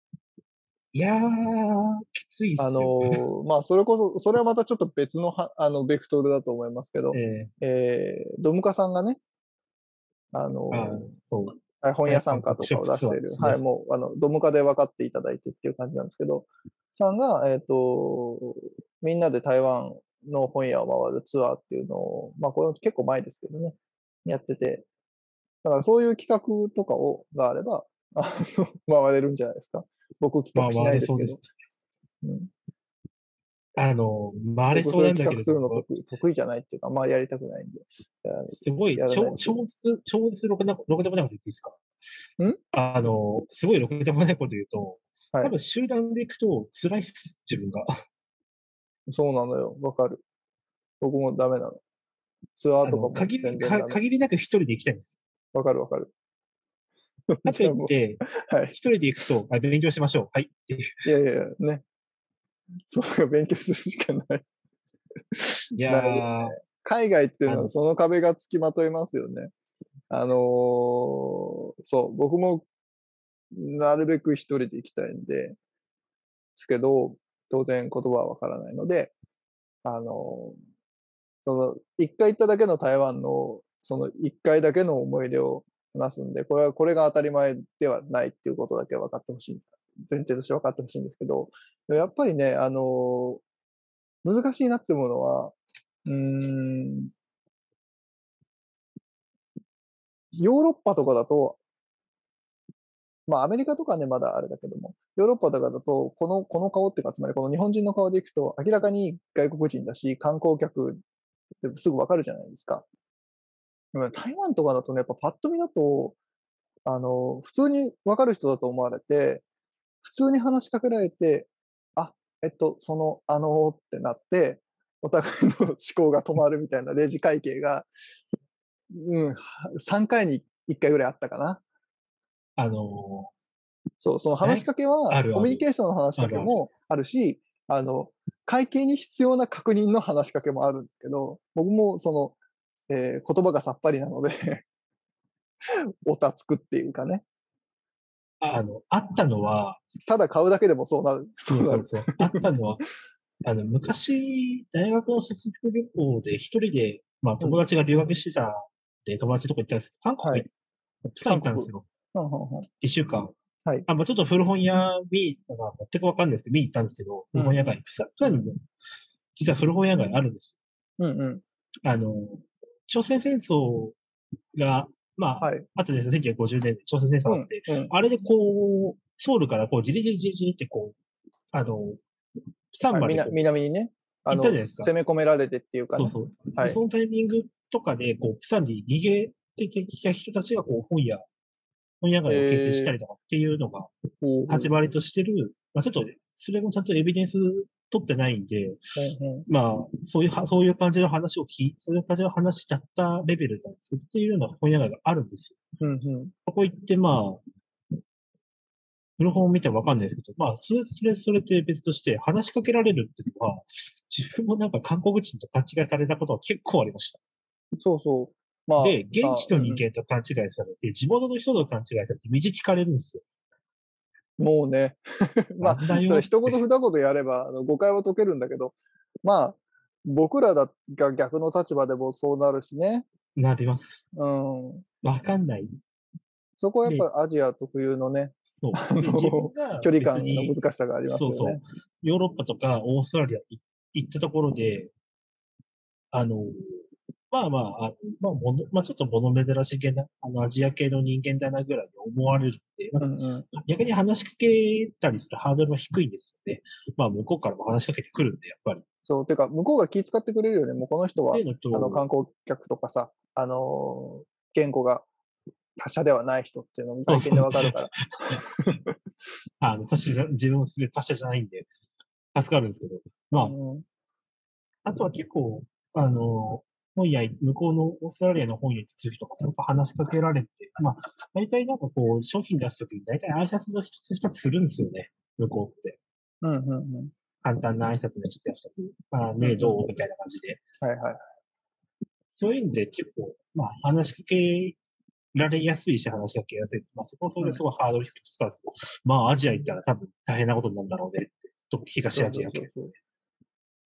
Speaker 2: きついっすよ。
Speaker 1: まあ、それこそ、それはまたちょっと別のは、ベクトルだと思いますけど、
Speaker 2: え
Speaker 1: ドムカさんがね、あ
Speaker 2: そう。
Speaker 1: はい本屋参加とか
Speaker 2: ワークショップツア
Speaker 1: を出している、はい、
Speaker 2: ーですね。
Speaker 1: もう、ドムカで分かっていただいてっていう感じなんですけど、さんが、みんなで台湾の本屋を回るツアーっていうのを、まあ、これ結構前ですけどね、やってて、だからそういう企画とかがあれば、回れるんじゃないですか。僕企
Speaker 2: まあ、
Speaker 1: 画し
Speaker 2: 回
Speaker 1: ないですけど。
Speaker 2: れそうです。
Speaker 1: うん、
Speaker 2: 回れ
Speaker 1: 僕
Speaker 2: そうなんだけれ
Speaker 1: そういう企画するの
Speaker 2: ども、
Speaker 1: 得意じゃないっていうか、まあやりたくないんで、
Speaker 2: すごい、
Speaker 1: やらないですけど。
Speaker 2: 超絶ろくでもないこと言っていいですか？
Speaker 1: ん
Speaker 2: すごいろくでもないこと言うと、
Speaker 1: はい。
Speaker 2: 多分集団で行くと辛いっす、自分が。
Speaker 1: そうなのよ。わかる。僕もダメなの。ツアーとかも全然ダメ。
Speaker 2: 限りなく一人で行きたいんです。
Speaker 1: わかるわかる。
Speaker 2: かとい
Speaker 1: じゃあも
Speaker 2: って、
Speaker 1: う、はい。
Speaker 2: 一人で行くと、勉強しましょう。はい。っていう。
Speaker 1: いやいやいや、ね。そう、勉強するしかない。
Speaker 2: いや
Speaker 1: ないよね。
Speaker 2: ー、
Speaker 1: 海外っていう
Speaker 2: あの、
Speaker 1: のはその壁がつきまといますよね。そう、僕もなるべく一人で行きたいんで、ですけど、当然言葉はわからないので、あの一回行っただけの台湾の、その一回だけの思い出を話すんで、これが当たり前ではないっていうことだけ分かってほしい。前提として分かってほしいんですけど、やっぱりね、難しいなって思うのは、うーん、ヨーロッパとかだと、まあアメリカとかね、まだあれだけども、ヨーロッパとかだと、この顔っていうか、つまりこの日本人の顔でいくと、明らかに外国人だし、観光客ってすぐ分かるじゃないですか。でも台湾とかだとね、やっぱパッと見だと、普通に分かる人だと思われて、普通に話しかけられて、あ、ってなって、お互いの思考が止まるみたいなレジ会計が、うん、3回に1回ぐらいあったかな。
Speaker 2: あの
Speaker 1: そう、その話しかけは、コミュニ
Speaker 2: あるある、
Speaker 1: ケーションの話し
Speaker 2: あるある。
Speaker 1: かけもあるし、あの、会計に必要な確認の話しかけもあるんですけど、僕も言葉がさっぱりなのでおたつくっていうかね。
Speaker 2: あったのは、
Speaker 1: ただ買うだけでもそうなる。そうなる。
Speaker 2: あったのは、昔、大学の卒業旅行で一人で、まあ
Speaker 1: うん。
Speaker 2: 友達が留学してたんで、友達とこ行ったんですけど、
Speaker 1: はい。
Speaker 2: プサン行
Speaker 1: 韓国。
Speaker 2: ったんですよ。
Speaker 1: うんうんうん。
Speaker 2: 一週間。
Speaker 1: はい。
Speaker 2: まあちょっと古本屋見に行ったのが全くわかんないですけど、見に行ったんですけど、古本屋街、
Speaker 1: うんうん。
Speaker 2: プサンにも、実は古本屋街あるんです。
Speaker 1: うんうん。
Speaker 2: あの、朝鮮戦争が、ま
Speaker 1: はい。
Speaker 2: あ、後で1950年で朝鮮戦争
Speaker 1: うん、
Speaker 2: あって、
Speaker 1: うん。
Speaker 2: あれでこう、ソウルからこう、じりじりじりじりってこう、プサン
Speaker 1: はい。
Speaker 2: までこう、
Speaker 1: 南にね、
Speaker 2: 行ったじゃないですか。
Speaker 1: 攻め込められてっていうかね。
Speaker 2: そうそう。で、
Speaker 1: はい。
Speaker 2: そのタイミングとかで、こう、プサンに逃げてきた人たちが、こう、本屋街を形成したりとかっていうのが、
Speaker 1: ほうほう。
Speaker 2: 始まりとしてる、まあ、ちょっと、それもちゃんとエビデンス取ってないんで、
Speaker 1: うんうん。
Speaker 2: まあ、そういう感じの話をそういう感じの話だったレベルなんですけど、っていうような本屋街があるんですよ。
Speaker 1: うんうん。
Speaker 2: そこ行って、まあ、古本を見てもわかんないですけど、まあ、それって別として話しかけられるっていうのは、自分もなんか韓国人と勘違いされたことは結構ありました。
Speaker 1: そうそう。ま
Speaker 2: で、
Speaker 1: あ、さ、
Speaker 2: 現地の人間と勘違いされて、地元の人と勘違いされて、道聞かれるんですよ。
Speaker 1: もうね。まあ、
Speaker 2: なんだ
Speaker 1: それ一言
Speaker 2: よって。
Speaker 1: 二言やれば、誤解は解けるんだけど、まあ、僕らが逆の立場でもそうなるしね。
Speaker 2: なります。
Speaker 1: うん。
Speaker 2: わかんない。
Speaker 1: そこはやっ
Speaker 2: で、
Speaker 1: ぱアジア特有のね、
Speaker 2: で、自分が
Speaker 1: 距離感の
Speaker 2: 別に、
Speaker 1: 難しさがありますよね。
Speaker 2: ヨーロッパとかオーストラリア行ったところで、あの、まあまあ、ちょっと物珍しげな、アジア系の人間だなぐらいに思われるんで、
Speaker 1: うんうん。
Speaker 2: 逆に話しかけたりするハードルは低いんですよね。まあ、向こうからも話しかけてくるんで、やっぱり。
Speaker 1: そう、てか、向こうが気遣ってくれるよね。もうこの人は、
Speaker 2: っていうのと、
Speaker 1: 観光客とかさ、言語が達者ではない人っていうのも
Speaker 2: そうそう、
Speaker 1: 外見でわかるから。
Speaker 2: 私が、自分もすでに達者じゃないんで、助かるんですけど、まあ、
Speaker 1: うん、
Speaker 2: あとは結構、本屋、向こうのオーストラリアの本屋行ってる人がなんか話しかけられて、まあ、大体なんかこう、商品出すときに大体挨拶の一つ二つするんですよね、向こうって。
Speaker 1: うん、うん、うん。
Speaker 2: 簡単な挨拶の一つや二つ。ねえ、
Speaker 1: うん、うん。
Speaker 2: どうみたいな感じで。
Speaker 1: はいはい。
Speaker 2: そういう意味で結構、まあ、話しかけられやすいし、話しかけやすい。まあ、そこはそれ
Speaker 1: うん。
Speaker 2: ですごいハードル低く使うんですけど、まあ、アジア行ったら多分大変なことになるんだろうねって。特に東
Speaker 1: そうそ
Speaker 2: アジア圏。
Speaker 1: うそうそう。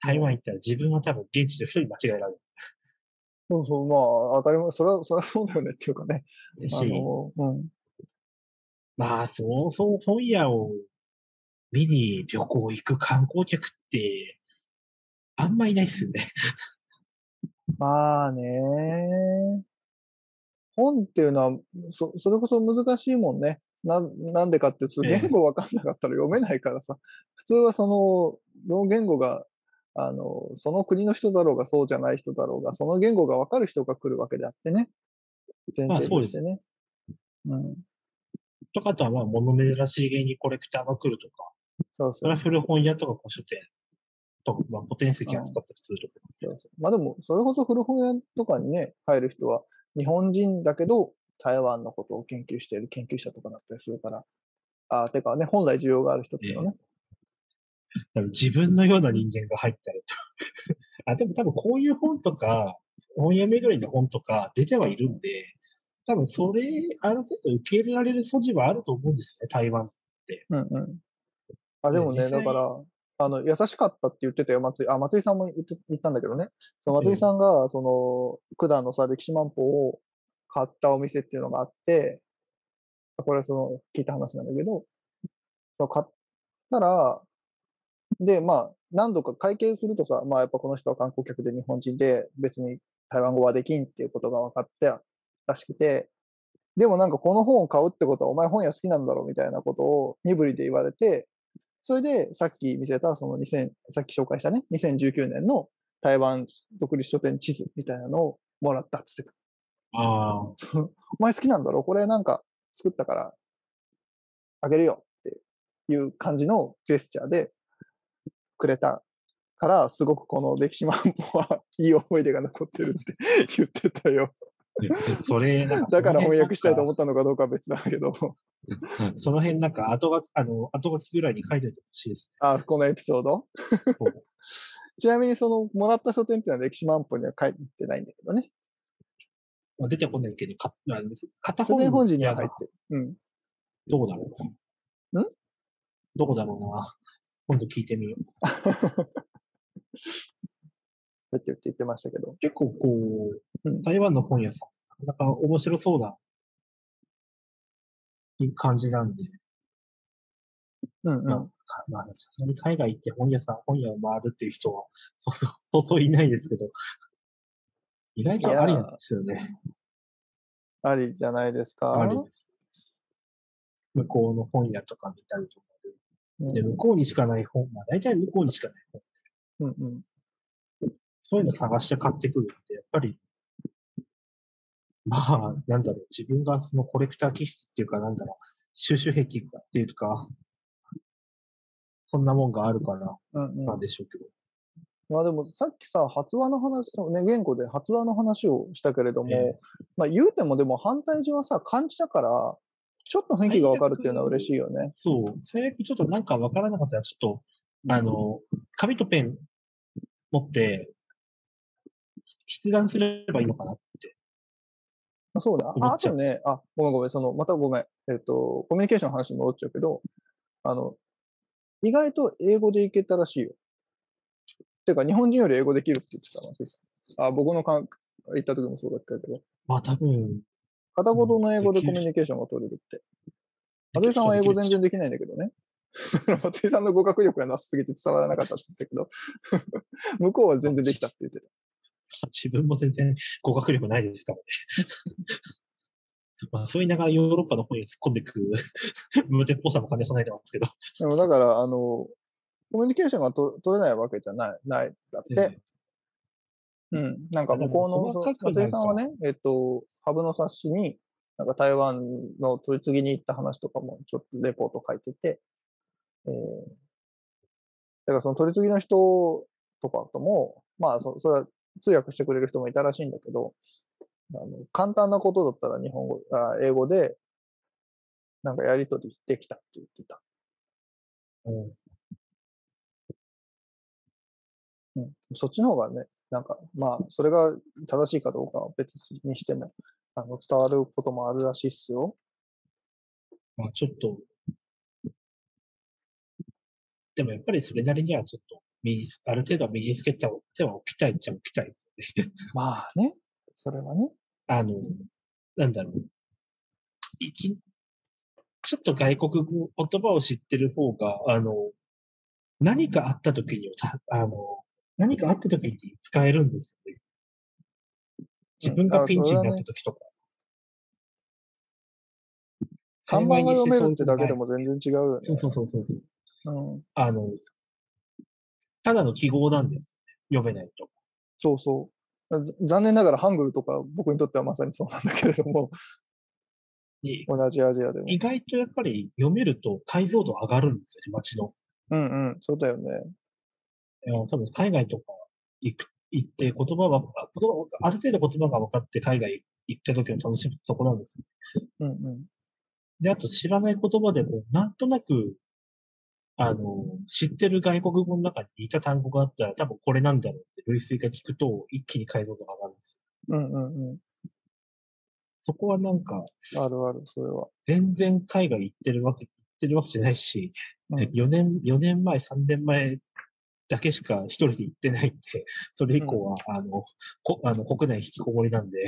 Speaker 1: ね。
Speaker 2: 台湾行ったら自分は多分現地で一人間違えられ
Speaker 1: そうそう、まあ、当たり前、それはそうだよねっていうかね。
Speaker 2: るし、
Speaker 1: うん。
Speaker 2: まあ、そうそう本屋を見に旅行行く観光客ってあんまいないっすよね。
Speaker 1: まあね。本っていうのは、それこそ難しいもんね。なんでかっていうと、言
Speaker 2: ええ、
Speaker 1: 語わかんなかったら読めないからさ。普通はその言語が、その国の人だろうが、そうじゃない人だろうが、その言語がわかる人が来るわけであってね。前提
Speaker 2: まあそうです。
Speaker 1: としてね。うん。
Speaker 2: とか、あとはまあ物珍しい芸にコレクターが来るとか、
Speaker 1: そう
Speaker 2: それは古
Speaker 1: そうそう。
Speaker 2: 本屋とか古書店とか、まあ古典籍
Speaker 1: うん。
Speaker 2: 扱ったりするところなんですけど。
Speaker 1: そうそう。まあでも、それこそ古本屋とかにね、入る人は、日本人だけど、台湾のことを研究している研究者とかだったりするから、てかね、本来需要がある人っていうのはね。
Speaker 2: 多分自分のような人間が入ったりと。でも多分こういう本とか、本屋巡りの本とか出てはいるんで、多分それ、ある程度受け入れられる素地はあると思うんですね、台湾って。
Speaker 1: うんうん。で
Speaker 2: で、
Speaker 1: もね、だか
Speaker 2: 実際、
Speaker 1: ら、優しかったって言ってたよ、松井さんも言ったんだけどね。その松井
Speaker 2: え
Speaker 1: さんが、九段のさ、歴史万歩を買ったお店っていうのがあって、これは聞いた話なんだけど、買ったら、で、まあ、何度か会計するとさ、まあ、やっぱこの人は観光客で日本人で、別に台湾語はできんっていうことが分かってらしくて、でもなんかこの本を買うってことはお前本屋好きなんだろうみたいなことを身振りで言われて、それでさっき見せたさっき紹介したね、2019年の台湾独立書店地図みたいなのをもらったって言って
Speaker 2: ああ、
Speaker 1: た。お前好きなんだろうこれなんか作ったからあげるよっていう感じのジェスチャーでくれたから、すごくこの歴史マンボはいい思い出が残ってるって言ってたよ。
Speaker 2: それ、なんか
Speaker 1: だから
Speaker 2: その辺
Speaker 1: 翻訳したいと
Speaker 2: なんか、
Speaker 1: 思ったのかどうかは別だけど、
Speaker 2: その辺なんか後書きぐらいに書いておいてほしいです
Speaker 1: このエピソード
Speaker 2: ね。そう。
Speaker 1: ちなみにもらった書店っていうのは歴史万歩には書いてないんだけどね。
Speaker 2: まあ、出てこないけど、なんです。片
Speaker 1: 書店本陣には
Speaker 2: 本屋が、
Speaker 1: 入ってる。うん。
Speaker 2: どこだろうな。
Speaker 1: ん
Speaker 2: どこだろうな。今度聞いてみよう。
Speaker 1: って言ってましたけど。
Speaker 2: 結構こう、
Speaker 1: うん。
Speaker 2: 台湾の本屋さん、なかなか面白そうな感じなんで、まあ、
Speaker 1: うんうん。
Speaker 2: まあ、さすがに海外行って本屋を回るっていう人は、そういないですけど、意外
Speaker 1: いや
Speaker 2: とありなんで
Speaker 1: ー、
Speaker 2: すよね。
Speaker 1: ありじゃないですか。
Speaker 2: ありです。向こうの本屋とか見たりとかで、向
Speaker 1: うん。
Speaker 2: こうにしかない本、まあ大体向こうにしかない本ですけど、
Speaker 1: うんうん。
Speaker 2: そういうの探して買ってくるって、やっぱり、まあ、なんだろう、自分がそのコレクター気質っていうか、なんだろう、収集癖っていうか、そんなもんがあるからなん
Speaker 1: うんうん。
Speaker 2: でしょうけど。
Speaker 1: まあでもさっきさ、発話の話、ね、言語で発話の話をしたけれども、
Speaker 2: え
Speaker 1: まあ言うてもでも反対字はさ、漢字だから、ちょっと雰囲気が
Speaker 2: 最悪、
Speaker 1: わかるっていうのは嬉しいよね。
Speaker 2: 最悪ちょっとなんかわからなかったら、ちょっと、紙とペン持って筆談すればいいのかなって
Speaker 1: そうね。
Speaker 2: 思っちゃうんです。
Speaker 1: あとね、ごめんごめん、またごめん。コミュニケーションの話に戻っちゃうけど、あの、意外と英語でいけたらしいよ。てか、日本人より英語できるって言ってたの、僕の行った時もそうだったけど、
Speaker 2: まあ多分、
Speaker 1: 片言の英語でコ
Speaker 2: できる、
Speaker 1: ミュニケーションが取れるって。
Speaker 2: できる人は
Speaker 1: 松井さんは英
Speaker 2: できるでしょ
Speaker 1: 語全然できないんだけどね。松井さんの語学力がなさすぎて伝わらなかったって言ってたけど、向こうは
Speaker 2: う。まあ、
Speaker 1: 全然できたって言ってた。
Speaker 2: 自分も全然語学力ないですからね。まあ、そう言いながらヨーロッパの方に突っ込んでいく無鉄砲さも兼ね備えてますけど。
Speaker 1: でもだから、 コミュニケーションが取れないわけじゃないだって。
Speaker 2: ええ
Speaker 1: うん。なんか
Speaker 2: でも
Speaker 1: 向こうの、
Speaker 2: 細かく
Speaker 1: 松
Speaker 2: なんか、
Speaker 1: 井さんはね、ハブの冊子に、なんか台湾の取り次ぎに行った話とかもちょっとレポート書いてて、だからその取り次ぎの人とかとも、まあそれは通訳してくれる人もいたらしいんだけど、簡単なことだったら英語でなんかやり取りできたって言ってた。
Speaker 2: うん、
Speaker 1: うん。そっちの方がね、なんか、まあ、それが正しいかどうかは別にしても、伝わることもあるらしいっすよ。
Speaker 2: まあちょっと、でもやっぱりそれなりにはちょっとある程度は身につけてはおきたいっちゃおきたいですね。
Speaker 1: まあね、それはね。
Speaker 2: あの、なんだろう。いきちょっと外国語、言葉を知ってる方が、何かあった時に、何かあった時に使えるんですよね。自
Speaker 1: うん。
Speaker 2: 分がピンチになった
Speaker 1: それはね、
Speaker 2: 時とか。
Speaker 1: 看板
Speaker 2: 幸いにしてそういう
Speaker 1: が読めるって
Speaker 2: ことない。
Speaker 1: だけでも全然違うよね。
Speaker 2: そうそうそうそう。
Speaker 1: うん。
Speaker 2: あの、ただの記号なんですよね。読めないと。
Speaker 1: そうそう。残念ながらハングルとか僕にとってはまさにそうなんだけれども、
Speaker 2: で
Speaker 1: 同じアジアでも。
Speaker 2: 意外とやっぱり読めると解像度上がるんですよね、街の。
Speaker 1: うんうん、そうだよね。
Speaker 2: 多分海外とか行ってある程度言葉が分かって海外行った時の楽しみってそこなんですよ。
Speaker 1: うんうん。
Speaker 2: で、あと知らない言葉でも、なんとなく、知ってる外国語の中に似た単語があったら多分これなんだろうって類推が聞くと一気に解像度が上がるんです。
Speaker 1: うんうんうん。
Speaker 2: そこはなんか、
Speaker 1: あるある、それは。
Speaker 2: 全然海外行ってるわけじゃないし、
Speaker 1: うん。
Speaker 2: 4年前、3年前だけしか一人で行ってないんで、それ以
Speaker 1: うん。
Speaker 2: 降は、国内引きこもりなんで、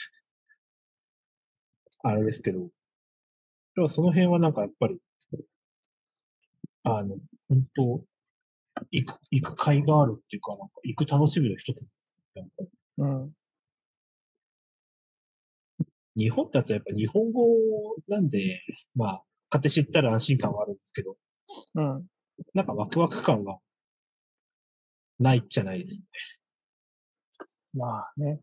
Speaker 2: あれですけど、でもその辺はなんかやっぱり、本当行く甲斐があるっていうか、なんか行く楽しみの一つです。なんか
Speaker 1: うん。
Speaker 2: 日本だとやっぱ日本語なんで、まあ、勝手知ったら安心感はあるんですけど、
Speaker 1: うん。
Speaker 2: なんかワクワク感はないじゃないです。
Speaker 1: まあね。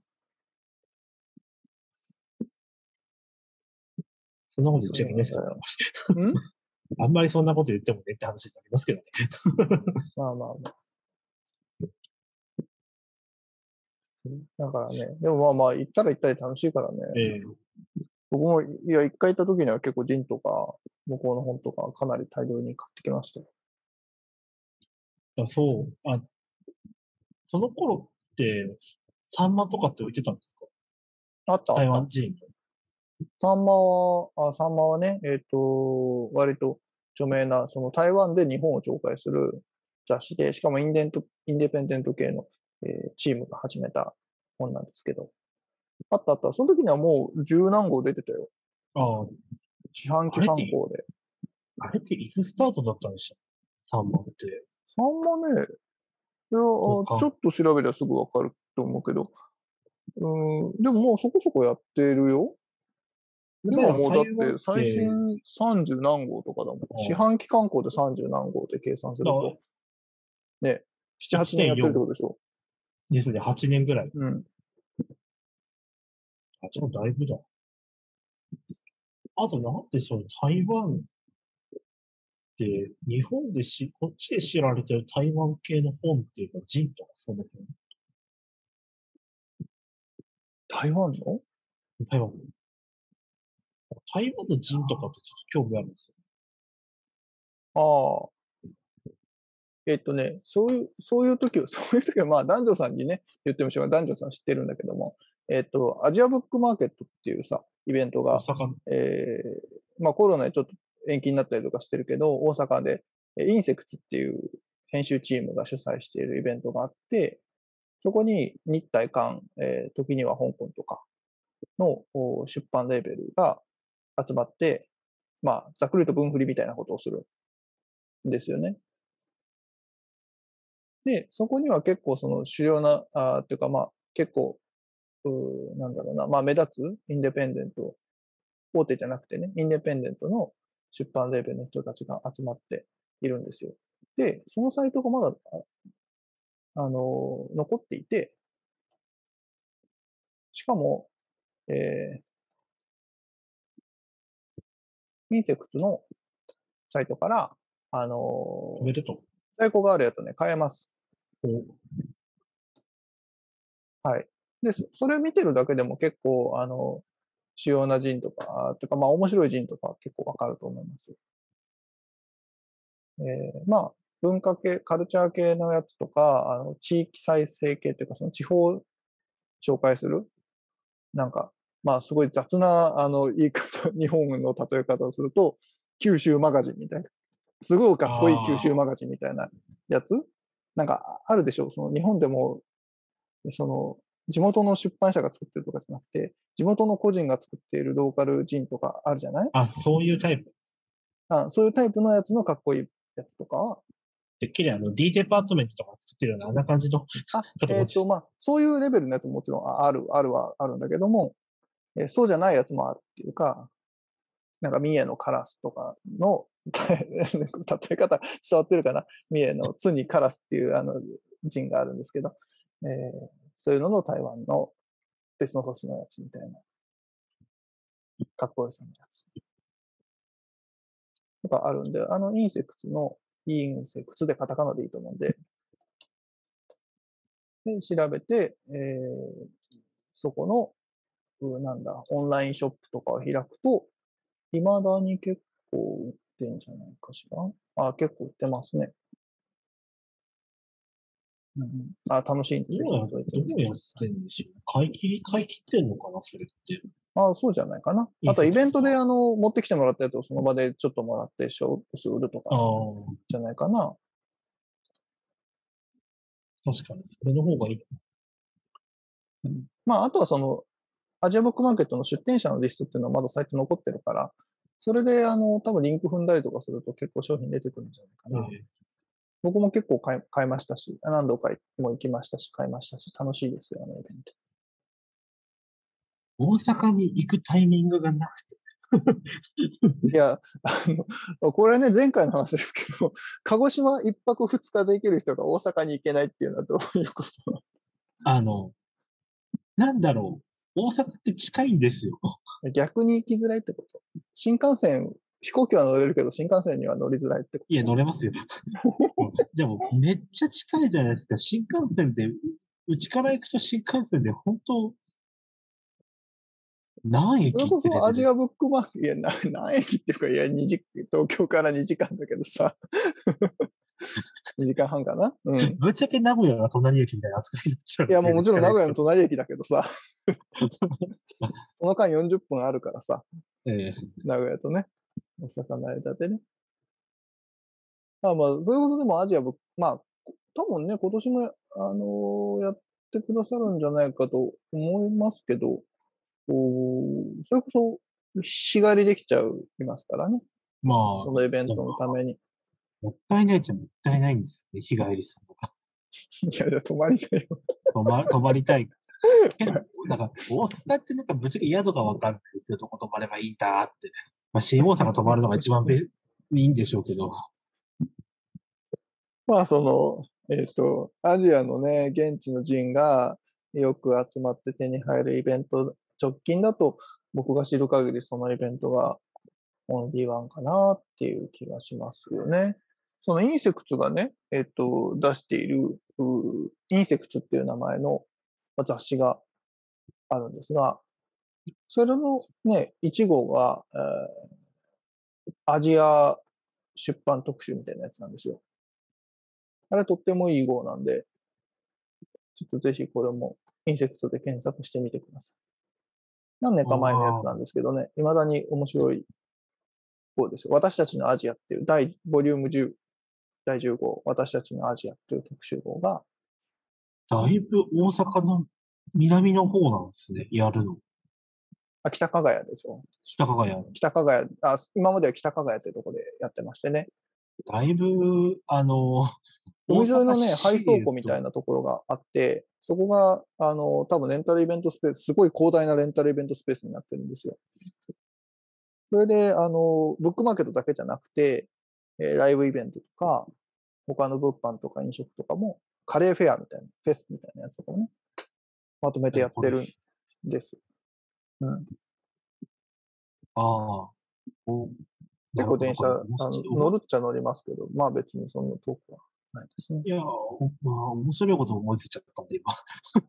Speaker 2: そんなこと言っ
Speaker 1: そ
Speaker 2: ちゃいけないですかね。
Speaker 1: うなんだよ。ん
Speaker 2: あんまりそんなこと言ってもねって話になりますけどね。
Speaker 1: まあまあまあ。だからね。でもまあまあ、行ったら行ったり楽しいからね。
Speaker 2: え
Speaker 1: 僕も、いや、一回行った時には結構ジンとか、向こうの本とかかなり大量に買ってきましたよ。
Speaker 2: そう、その頃って、サンマとかって置いてたんですか？
Speaker 1: あったあった。
Speaker 2: 台湾人。
Speaker 1: サンマはね、割と著名な、その台湾で日本を紹介する雑誌で、しかもインデペンデント系の、チームが始めた本なんですけど。あったあった。その時にはもう十何号出てたよ。
Speaker 2: ああ、
Speaker 1: 四半期
Speaker 2: あれって、
Speaker 1: 刊行で。
Speaker 2: あれっていつスタートだったんでした？サンマって。
Speaker 1: サンマね、いや、ちょ
Speaker 2: 交換。
Speaker 1: っと調べりゃすぐわかると思うけど、でももうそこそこやってるよ。
Speaker 2: やっぱり
Speaker 1: 今もうだっ
Speaker 2: 台湾っ
Speaker 1: て最新
Speaker 2: て、
Speaker 1: 30何号とかだもん。四半期刊行で30何号で計算すると、ね、7、8年やってるってこ
Speaker 2: 1.4
Speaker 1: とでしょ？
Speaker 2: ですね、8年ぐらい。
Speaker 1: うん。
Speaker 2: あ、ちょっとだいぶだ。あと、なんでしょうね、台湾って、こっちで知られてる台湾系の本っていうか、ジンとかその辺。
Speaker 1: 台湾の
Speaker 2: 台湾台湾のジンとかってちょっと興味あるんですよ。
Speaker 1: ああ、そういう時は、そういう時は、まあ、男女さんにね、言ってみましょうが、男女さん知ってるんだけども、アジアブックマーケットっていうさ、イベントが、
Speaker 2: 大阪、
Speaker 1: まあコロナでちょっと延期になったりとかしてるけど、大阪で、インセクツっていう編集チームが主催しているイベントがあって、そこに日体韓、時には香港とかの出版レーベルが集まって、まあ、ざっくりと分振りみたいなことをするんですよね。で、そこには結構その主要な、っていうかまあ、結構、なんだろうな、まあ目立つインデペンデント、大手じゃなくてね、インデペンデントの出版レーベルの人たちが集まっているんですよ。 で、そのサイトがまだ、残っていて、しかも、えインセクツのサイトから、
Speaker 2: おめでと
Speaker 1: 在庫があるやつね、買えます。
Speaker 2: う。お、
Speaker 1: はい。で、それ見てるだけでも結構、主要な人とか、というか、まあ、面白い人とか結構わかると思います。まあ、文化系、カルチャー系のやつとか、地域再生系というか、その地方を紹介する、なんか、まあ、すごい雑な、言い方、日本の例え方をすると、九州マガジンみたいな。すごいかっこいい九州マ
Speaker 2: あ
Speaker 1: ガジンみたいなやつなんか、あるでしょう。その日本でも、その、地元の出版社が作ってるとかじゃなくて、地元の個人が作っているローカル人とかあるじゃない
Speaker 2: あ、そういうタイプ。
Speaker 1: そういうタイプのやつのかっこいいやつとかは、
Speaker 2: てっきりD デパートメントとか作ってるような、あんな感じのかと思っちゃ
Speaker 1: まあ、そういうレベルのやつももちろんあるんだけども、そうじゃないやつもあるっていうか、なんか三重のカラスとかの例え方伝わってるかな。三重の津にカラスっていう人があるんですけど、そういうのの台湾の別の都市のやつみたいな、かっこよさのやつとかあるんで、インセクツのインセクツでカタカナでいいと思うんで、で調べて、そこの、なんだ、オンラインショップとかを開くと、未だに結構売ってんじゃないかしら。結構売ってますね。うん、楽しいんで、ぜひ覗いてみて
Speaker 2: どうやっ
Speaker 1: ください。
Speaker 2: てんでしょう。買い切ってんのかな、それって。
Speaker 1: そうじゃないかな。
Speaker 2: イン
Speaker 1: あと、イベントで、
Speaker 2: セクツが。
Speaker 1: 持ってきてもらったやつをその場でちょっともらって、ショートス売ると
Speaker 2: あ
Speaker 1: か、
Speaker 2: あ、
Speaker 1: じゃないかな。
Speaker 2: 確かに。それの方がいい。
Speaker 1: うん、まあ、あとはアジアブックマーケットの出店者のリストっていうのはまだサイト残ってるから、それで、多分リンク踏んだりとかすると結構商品出てくるんじゃないかな。
Speaker 2: え
Speaker 1: 僕も結構買いましたし、何度かも行きましたし、買いましたし、楽しいですよね、イベント。
Speaker 2: 大阪に行くタイミングがなくて。
Speaker 1: いや、これね、前回の話ですけど、鹿児島一泊二日で行ける人が大阪に行けないっていうのはどういうこと
Speaker 2: あの、なんだろう。大阪って近いんですよ。
Speaker 1: 逆に行きづらいってこと新幹線、飛行機は乗れるけど、新幹線には乗りづらいってこ
Speaker 2: いや、
Speaker 1: と
Speaker 2: 乗れますよ。でも、めっちゃ近いじゃないですか。新幹線で、うちから行くと新幹線で、本当何
Speaker 1: それ
Speaker 2: 駅っ
Speaker 1: こそアジ
Speaker 2: てレベル。
Speaker 1: アブックマーケット、いや、何駅っていうか、いや、東京から2時間だけどさ、2時間半かなうん。
Speaker 2: ぶっちゃけ名古屋が隣駅みたいな扱いになっちゃう
Speaker 1: いや、もう
Speaker 2: んで、う
Speaker 1: もちろん名古屋の
Speaker 2: ちから行くと。
Speaker 1: 隣駅だけどさ、その間40分あるからさ、
Speaker 2: え
Speaker 1: 名古屋とね、大阪の間でね。まあ、それこそでもアジアブック、まあ、多分ね、今年も、やってくださるんじゃないかと思いますけど、それこそ日帰りできちゃいますからね。
Speaker 2: まあ、
Speaker 1: そのイベント
Speaker 2: でも、
Speaker 1: のために。
Speaker 2: もったいないっちゃもったいないんですよね。日帰りするのが。
Speaker 1: いや、じゃあ泊まりだよ。
Speaker 2: 泊まりたい。けど、なんか、大阪ってなんかぶっちゃけ宿がわかんないけど、どこ泊まればいいんだって。まあ、新大阪泊まるのが一番いいんでしょうけど。
Speaker 1: まあ、アジアのね、現地の人がよく集まって手に入るイベント、直近だと僕が知る限りそのイベントがオンリーワンかなっていう気がしますよね。そのインセクツがね、出している、インセクツっていう名前の雑誌があるんですが、それのね、1号が、アジア出版特集みたいなやつなんですよ。あれとってもいい号なんで、ちょっとぜひこれもインセクトで検索してみてください。何年か前のやつ
Speaker 2: ああ、
Speaker 1: なんですけどね、未だに面白い号ですよ。私たちのアジアっていうボリューム10、第10号、私たちのアジアっていう特集号が、
Speaker 2: だいぶ大阪の南の方なんですね。やるの。
Speaker 1: 北加賀谷ですよ。
Speaker 2: 北加賀屋。
Speaker 1: 北加賀谷、今までは北加賀谷っていうところでやってましてね。
Speaker 2: だいぶ、大
Speaker 1: 海沿いのね、
Speaker 2: 阪市
Speaker 1: 配送
Speaker 2: 営と、
Speaker 1: 庫みたいなところがあって、そこが、多分レンタルイベントスペース、すごい広大なレンタルイベントスペースになってるんですよ。それで、ブックマーケットだけじゃなくて、ライブイベントとか、 他の物販とか飲食とかも、カレーフェアみたいな、フェスみたいなやつとかもね、まとめてやってるんです。うん。
Speaker 2: ああ、なるほど、
Speaker 1: 結構電車、
Speaker 2: これ面白い。
Speaker 1: 乗るっちゃ乗りますけど、まあ別にそんな遠くはないですね。
Speaker 2: いや、まあ、面白いこと思いついちゃったんで、今。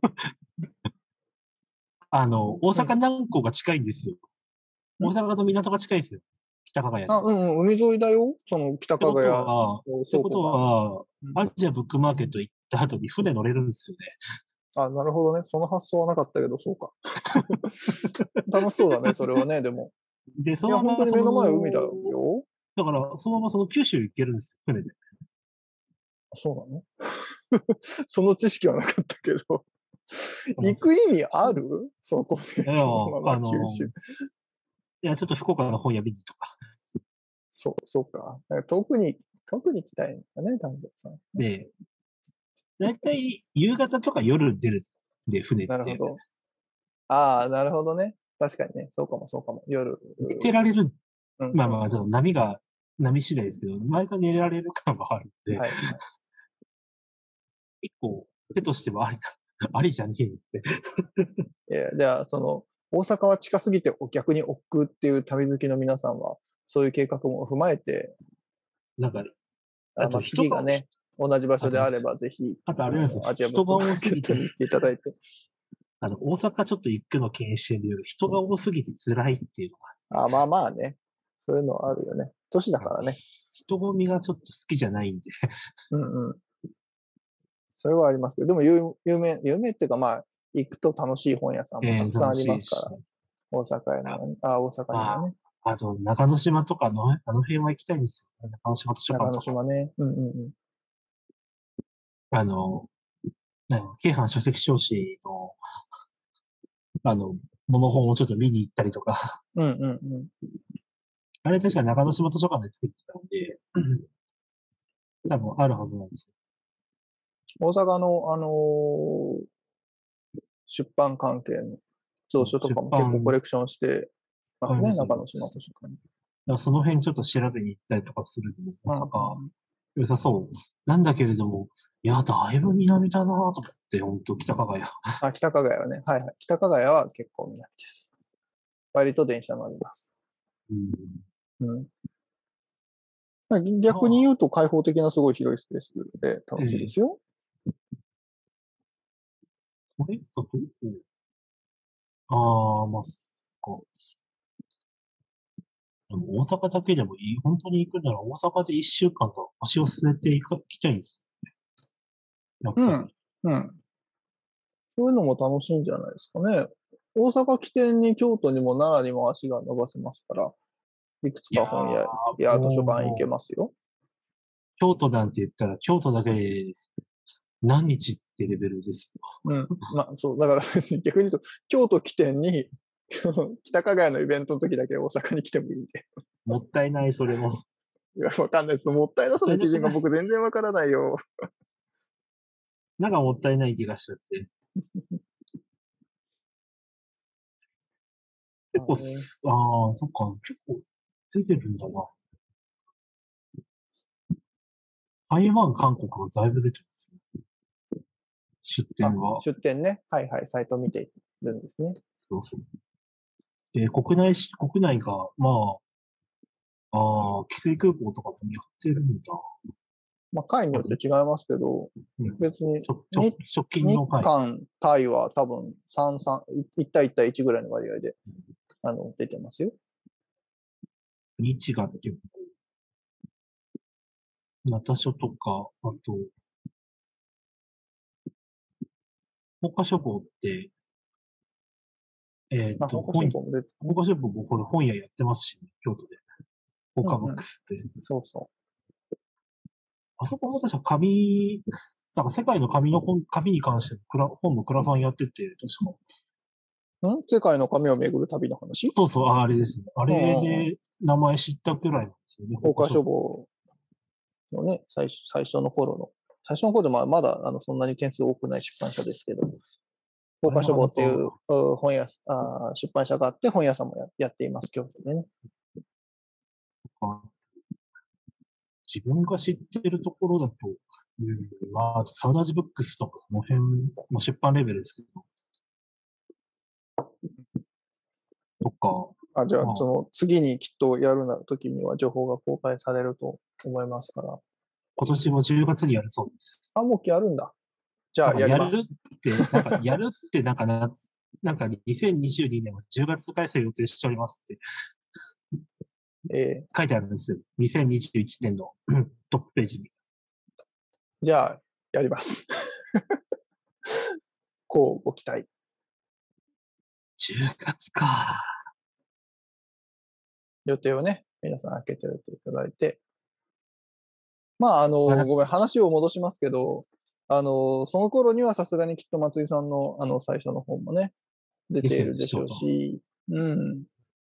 Speaker 2: 大
Speaker 1: うん。
Speaker 2: 阪南港が近いんですよ。大阪と港が近いんですよ。北加賀谷に。っ
Speaker 1: うんうん、海沿いだよ。その北加賀谷
Speaker 2: てことは、
Speaker 1: の倉庫が。うん。
Speaker 2: アジアブックマーケット行った後に船乗れるんですよね。
Speaker 1: あ、なるほどね。その発想はなかったけど、そうか。楽しそうだね、それはね、でも。
Speaker 2: で、そ
Speaker 1: いや、
Speaker 2: のまま
Speaker 1: 本当に目の前海だよ。
Speaker 2: だから、そのままその九州行けるんですよ、船で。
Speaker 1: そうなの？その知識はなかったけど。
Speaker 2: あの
Speaker 1: 行く意味ある？そこで、
Speaker 2: いや、
Speaker 1: そのまま九州。
Speaker 2: いや、ちょっと福岡の本屋見にとか。
Speaker 1: そうか。特に行きたいんだね、丹沢さん。
Speaker 2: で、だいたい夕方とか夜出るんで、船って。
Speaker 1: なるほど。ああ、なるほどね。確かにね。そうかも。夜。
Speaker 2: 寝てられる。
Speaker 1: うん
Speaker 2: まあまあ、ちょっと
Speaker 1: うんうん。
Speaker 2: 波次第ですけど、毎回寝られる感はあるんで、
Speaker 1: はいはい。
Speaker 2: 結構、手としてはありだ、ありじゃねえよって。
Speaker 1: じゃあ、大阪は近すぎて逆に億劫っていう旅好きの皆さんは、そういう計画も踏まえて、
Speaker 2: なんか、あ
Speaker 1: まあ、
Speaker 2: と人が、
Speaker 1: 次がね、同じ場
Speaker 2: あと、
Speaker 1: 所であれば、ぜひ、
Speaker 2: あとあれなんですよ、
Speaker 1: アジアブッ
Speaker 2: 人が
Speaker 1: クマー
Speaker 2: 多すぎて、
Speaker 1: ケットに行っていただいて。
Speaker 2: 大阪ちょっと行くの敬遠してるより、人が多すぎて辛いっていうの
Speaker 1: まあまあね。そういうのはあるよね。都市だ
Speaker 2: が、
Speaker 1: からね。
Speaker 2: 人混みがちょっと好きじゃないんで、
Speaker 1: うんうん。それはありますけど、でも有名っていうかまあ、行くと楽しい本屋さんもたくさんあり
Speaker 2: 楽しい
Speaker 1: ますから、
Speaker 2: ですしね。
Speaker 1: 大阪にはね。
Speaker 2: あと、中之島とかあの辺は行きたいんですよね。中之島図書
Speaker 1: 中之
Speaker 2: 館とか。
Speaker 1: 島ね。うんうんうん。
Speaker 2: あの、京阪書籍商事の、あの、モノ本をちょっと見に行ったりとか、
Speaker 1: うんうんうん。
Speaker 2: あれ確か中之島図書館で作ってたんで、多分あるはずなんですよ。
Speaker 1: 大阪の、出版関係の蔵書と
Speaker 2: 出
Speaker 1: かも結構コ
Speaker 2: 版、
Speaker 1: レクションしてますね、
Speaker 2: ありますよね。
Speaker 1: 中之島図書館に。
Speaker 2: その辺ちょっと調べに行ったりとかするのも
Speaker 1: うんう
Speaker 2: 大阪
Speaker 1: ん。
Speaker 2: 良さそう。なんだけれども、いや、だいぶ南だなと思って、本当北加賀谷。
Speaker 1: 北加賀谷はね。はいはい。北加賀谷は結構南です。割と電車乗ります。
Speaker 2: うん。
Speaker 1: うん。逆に
Speaker 2: まあ、
Speaker 1: 言うと開放的なすごい広いスペースで楽しいで
Speaker 2: ええ、
Speaker 1: すよ。
Speaker 2: これだと、ああ、まあ、そっか。でも大阪だけでもいい。本当に行くなら大阪で一週間と足を据えて行きたいんです。やっ
Speaker 1: うん。
Speaker 2: ぱり。
Speaker 1: うん。そういうのも楽しいんじゃないですかね。大阪起点に京都にも奈良にも足が伸ばせますから、いくつ
Speaker 2: いや
Speaker 1: か本屋
Speaker 2: ー、
Speaker 1: や図書館行け
Speaker 2: もう、
Speaker 1: ますよ。
Speaker 2: 京都なんて言ったら、京都だけで何日ってレベルです
Speaker 1: うん。まあ、そう。だから別に逆に言うと、京都起点に、北加賀谷のイベントの時だけ大阪に来てもいいんで。
Speaker 2: もったいない、それも。も
Speaker 1: いや、わかんないです。もったいなさ
Speaker 2: った
Speaker 1: の基準が
Speaker 2: いなくない？
Speaker 1: 僕全然わからないよ。
Speaker 2: なんかもったいない気がしちゃって。結構
Speaker 1: まあね。
Speaker 2: そっか、結構ついてるんだな。台湾、韓国がだいぶ出てますね。出店が。
Speaker 1: 出店ね。はいはい。サイト見てるんですね。
Speaker 2: そうそう。で、国内が、ま規制空港とかもやってるんだ。
Speaker 1: まあ、会に
Speaker 2: あれ、
Speaker 1: よって違いますけど、
Speaker 2: うん。
Speaker 1: 別に、
Speaker 2: 直近
Speaker 1: 日
Speaker 2: の回。
Speaker 1: 韓、タイは多分1対1対1ぐらいの割合で、出てますよ。
Speaker 2: 日がっていう、ナタ書とか、あと、法科書房って、
Speaker 1: まあ、法科新報も出てたね。
Speaker 2: 法科書房もこれ本屋やってますしね、京都で。法科ブッ
Speaker 1: うんうん。
Speaker 2: クスって。
Speaker 1: そうそ
Speaker 2: あそこも確かなんか世界の紙に関しての本のクラファンやってて、確か。
Speaker 1: 世界の紙をめぐる旅の話。
Speaker 2: そうそう、あれですね。あ
Speaker 1: うん
Speaker 2: れ
Speaker 1: うんうん。
Speaker 2: で名前知ったくらいなんですよね、法
Speaker 1: 法科書
Speaker 2: 科書房。
Speaker 1: 房のね、最初の頃でまだそんなに件数多くない出版社ですけど、法科書
Speaker 2: あれなかなか、
Speaker 1: 房っていう本屋、出版社があって本屋さんもやっています、京都でね。
Speaker 2: 自分が知ってるところだと、まあ、サウダージブックスとか、その辺、まあ、出版レベルですけど、とか、
Speaker 1: あ、じゃあ、
Speaker 2: まあ、
Speaker 1: その次にきっとやるな時には情報が公開されると思いますから。
Speaker 2: 今年も10月にやるそうです。
Speaker 1: あ、もうやるんだ。じゃあ、
Speaker 2: なんかやる
Speaker 1: やります。
Speaker 2: って、なんかやるってなんか2022年は10月開催予定しておりますって
Speaker 1: えー
Speaker 2: 書いてあるんですよ。2021年のトップページに。
Speaker 1: じゃあ、やります。こうご期待。
Speaker 2: 10月か。
Speaker 1: 予定をね、皆さん開けておいていただいて。まあ、
Speaker 2: まあ、
Speaker 1: ごめん、話を戻しますけど、その頃にはさすがにきっと松井さんの、最初の本もね、出てい
Speaker 2: できてる
Speaker 1: るでしょう
Speaker 2: でしょうと。
Speaker 1: し、うん。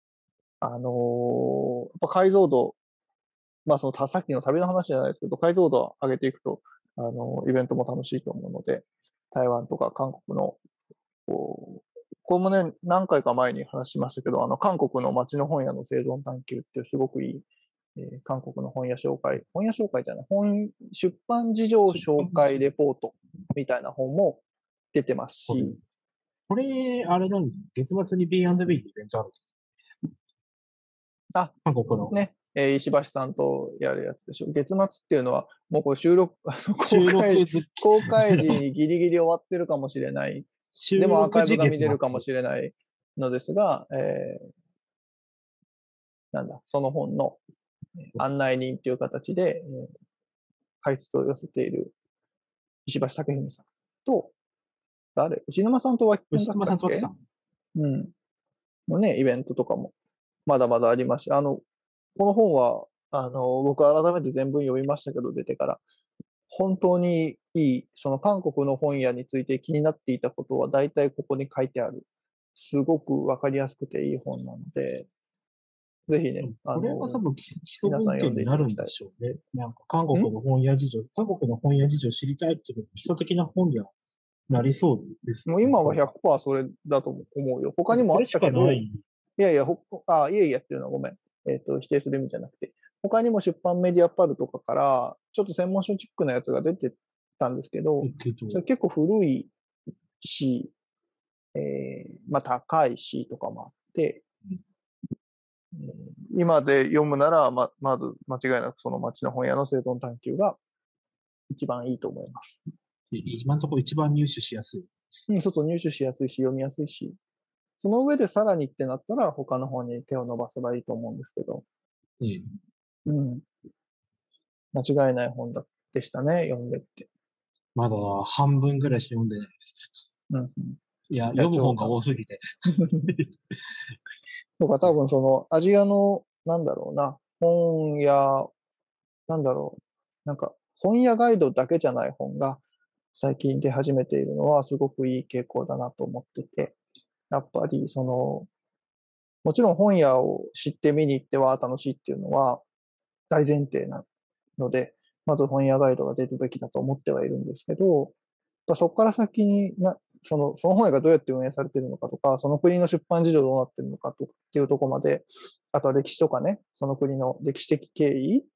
Speaker 1: やっぱ解像度、まあ、さっきの旅の話じゃないですけど、解像度を上げていくと、イベントも楽しいと思うので、台湾とか韓国の、これもね、何回か前に話しましたけど、韓国の街の本屋の生存探求っていうすごくいい、韓国の本屋紹介じゃない、出版事情紹介レポートみたいな本も出てますし、
Speaker 2: これ、あれなんで、月末に B&B でイベントあるんです。
Speaker 1: あ、
Speaker 2: 韓国の。
Speaker 1: ね、石橋さんとやるやつでしょ。月末っていうのは、もうこれ収録、
Speaker 2: 収録時、
Speaker 1: 公開時にギリギリ終わってるかもしれない。で
Speaker 2: 収
Speaker 1: もアーカイブが見
Speaker 2: 録時月末。
Speaker 1: れるかもしれないのですが、その本の案内人という形で、解説を寄せている石橋武文さんと、内沼さんと脇くんだっ
Speaker 2: 吉島
Speaker 1: たっけ？
Speaker 2: さんと脇さん。
Speaker 1: うん。のね、イベントとかもまだまだありますし、この本は、僕改めて全文読みましたけど、出てから。本当にいい、その韓国の本屋について気になっていたことは大体ここに書いてある。すごくわかりやすくていい本なので、ぜひね、
Speaker 2: これが多分基礎文
Speaker 1: 皆さん読ん
Speaker 2: 献になるん
Speaker 1: でいただきたい。
Speaker 2: でしょうね。なんか韓国の本屋事情、韓国の本屋事情を知りたいっていうのが基礎的な本にはなりそうですね、
Speaker 1: もう今は
Speaker 2: これが。
Speaker 1: 100%それだと思うよ。他にもあっ
Speaker 2: これし
Speaker 1: たけど、
Speaker 2: かない。
Speaker 1: いやいや、いえいえっていうのはごめん。否定する意味じゃなくて、他にも出版メディアパルとかから、ちょっと専門書チックなやつが出てたんですけど、
Speaker 2: けど、
Speaker 1: それ結構古いし、まあ高いしとかもあって、今で読むなら、まず間違いなくその町の本屋の生存探求が一番いいと思います。
Speaker 2: 今のところ一番入手しやすい。
Speaker 1: うん、入手しやすいし、読みやすいし、その上でさらにってなったら他の本に手を伸ばせばいいと思うんですけど、
Speaker 2: ええ、
Speaker 1: うん、間違いない本でしたね、読んでって。
Speaker 2: まだ半分ぐらいしか読んでないです。
Speaker 1: うん、うん。い
Speaker 2: いや、
Speaker 1: や、
Speaker 2: 読む本が
Speaker 1: 超楽しい。
Speaker 2: 多すぎて。
Speaker 1: とか多分そのアジアの、なんだろうな、本屋、なんだろう、なんか本屋ガイドだけじゃない本が最近出始めているのはすごくいい傾向だなと思ってて、やっぱりもちろん本屋を知って見に行っては楽しいっていうのは大前提なので、まず本屋ガイドが出るべきだと思ってはいるんですけど、そこから先にその本屋がどうやって運営されているのかとか、その国の出版事情どうなっているのかっていうところまで、あとは歴史とかね、その国の歴史的経緯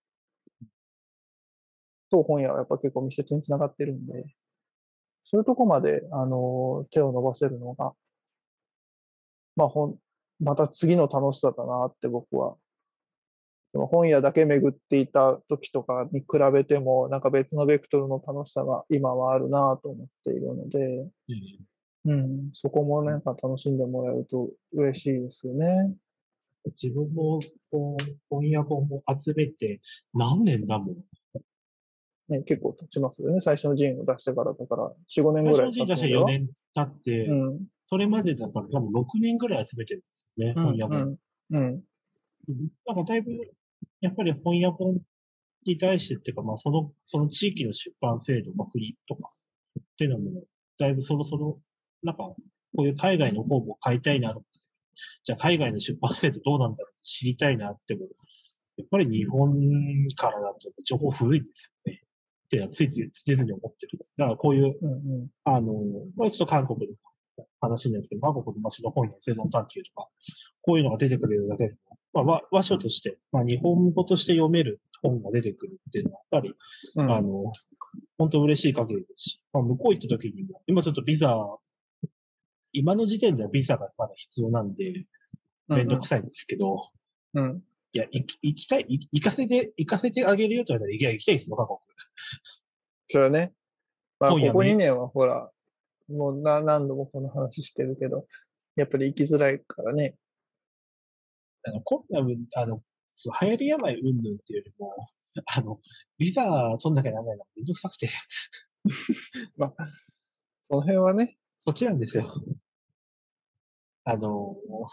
Speaker 1: と本屋はやっぱ結構密接につながってるんで、そういうとこまで、手を伸ばせるのが、まあ、また次の楽しさだなって僕は、その本屋だけ巡っていた時とかに比べても、なんか別のベクトルの楽しさが今はあるなと思っているので、
Speaker 2: ええ、
Speaker 1: うん、そこもなんか楽しんでもらえると嬉しいですよね。
Speaker 2: 自分も本屋本を集めて何年だもん。
Speaker 1: ね、結構経ちますよね。最初のジンを出してからだから、4、5年
Speaker 2: 最初
Speaker 1: ぐらい経
Speaker 2: の時出して
Speaker 1: つのでは？
Speaker 2: 4年経って、
Speaker 1: うん、
Speaker 2: それまでだから多分6年ぐらい集めてるんですよね、
Speaker 1: うん、
Speaker 2: 本屋本。
Speaker 1: うん、うん。
Speaker 2: なんかだいぶ、やっぱり本屋本に対してっていうか、まあその地域の出版制度、まあ国とかっていうのも、だいぶそろそろ、なんか、こういう海外の本も買いたいな、じゃあ海外の出版制度どうなんだろうって知りたいなっても、やっぱり日本からだと情報古いんですよね。っていうのはついつい常々思ってるんです。だからこういう、
Speaker 1: うんうん
Speaker 2: まあちょっと韓国の話なんですけど、韓国の街の本や生存探求とか、こういうのが出てくれるだけでも、 まあ、和書として、まあ、日本語として読める本が出てくるっていうのは、やっぱり、
Speaker 1: うん。
Speaker 2: 本当嬉しい限りですし、まあ、向こう行った時にも、今ちょっと今の時点ではビザがまだ必要なんで、めんどく
Speaker 1: うん。
Speaker 2: さいんですけど、
Speaker 1: うん。
Speaker 2: いや、行きたい、行かせてあげるよと言われたら、いや、行きたいですよ、韓国。
Speaker 1: それはね、まあ、ここ
Speaker 2: 本屋の、
Speaker 1: 2年はほら、もう何度もこの話してるけど、やっぱり行きづらいからね。
Speaker 2: コロナ、そう流行り病云々っていうよりも、あの、ビザ取んなきゃならないのがめんどくさくて、
Speaker 1: まあ、その辺はね、
Speaker 2: そっちなんですよ。あの、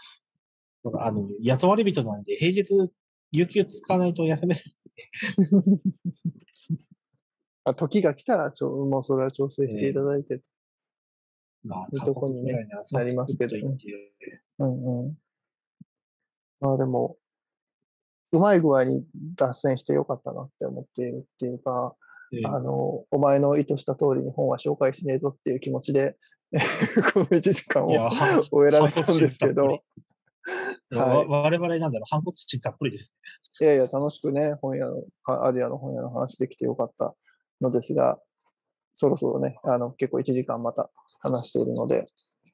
Speaker 2: 雇われ人なんで、平日、有給使わないと休めない。
Speaker 1: まあ時が来たらもうそれは調整していた
Speaker 2: え
Speaker 1: だいて
Speaker 2: まあ、
Speaker 1: という
Speaker 2: 韓
Speaker 1: ところにね、
Speaker 2: 国くらいならさ
Speaker 1: なり
Speaker 2: っさ
Speaker 1: ますけどね。
Speaker 2: と行って、
Speaker 1: うんうん。まあでも、うまい具合に脱線してよかったなって思っているっていうか、
Speaker 2: え
Speaker 1: お前の意図した通りに本は紹介しねえぞっていう気持ちで、この1時間を
Speaker 2: いや、
Speaker 1: 終えられ
Speaker 2: 反骨
Speaker 1: たんで
Speaker 2: 心たっぷり。
Speaker 1: すけど、はい。
Speaker 2: 我々なんだろう、反骨心たっぷりです。
Speaker 1: いやいや、楽しくね、アジアの本屋の話できてよかったのですが、そろそろね、結構1時間また話しているので、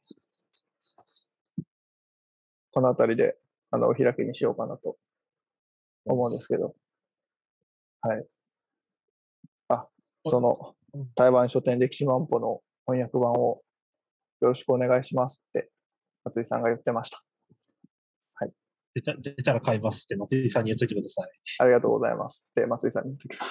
Speaker 1: この辺りで、お開きにしようかなと思うんですけど、はい。あ、その、台湾書店歴史万歩の翻訳版をよろしくお願いしますって、松井さんが言ってました。はい。
Speaker 2: 出たら買いますって松井さんに言っといてください。
Speaker 1: ありがとうございますって、松井さんに言っておきます。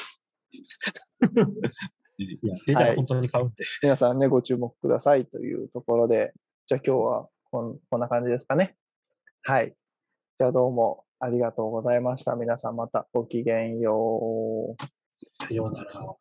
Speaker 2: いや、出たら本
Speaker 1: はい。
Speaker 2: 当に買うんで。
Speaker 1: 皆さんね、ご注目くださいというところで、じゃあ今日はこんな感じですかね。はい。じゃあどうもありがとうございました。皆さんまたごきげんよう。
Speaker 2: さようなら。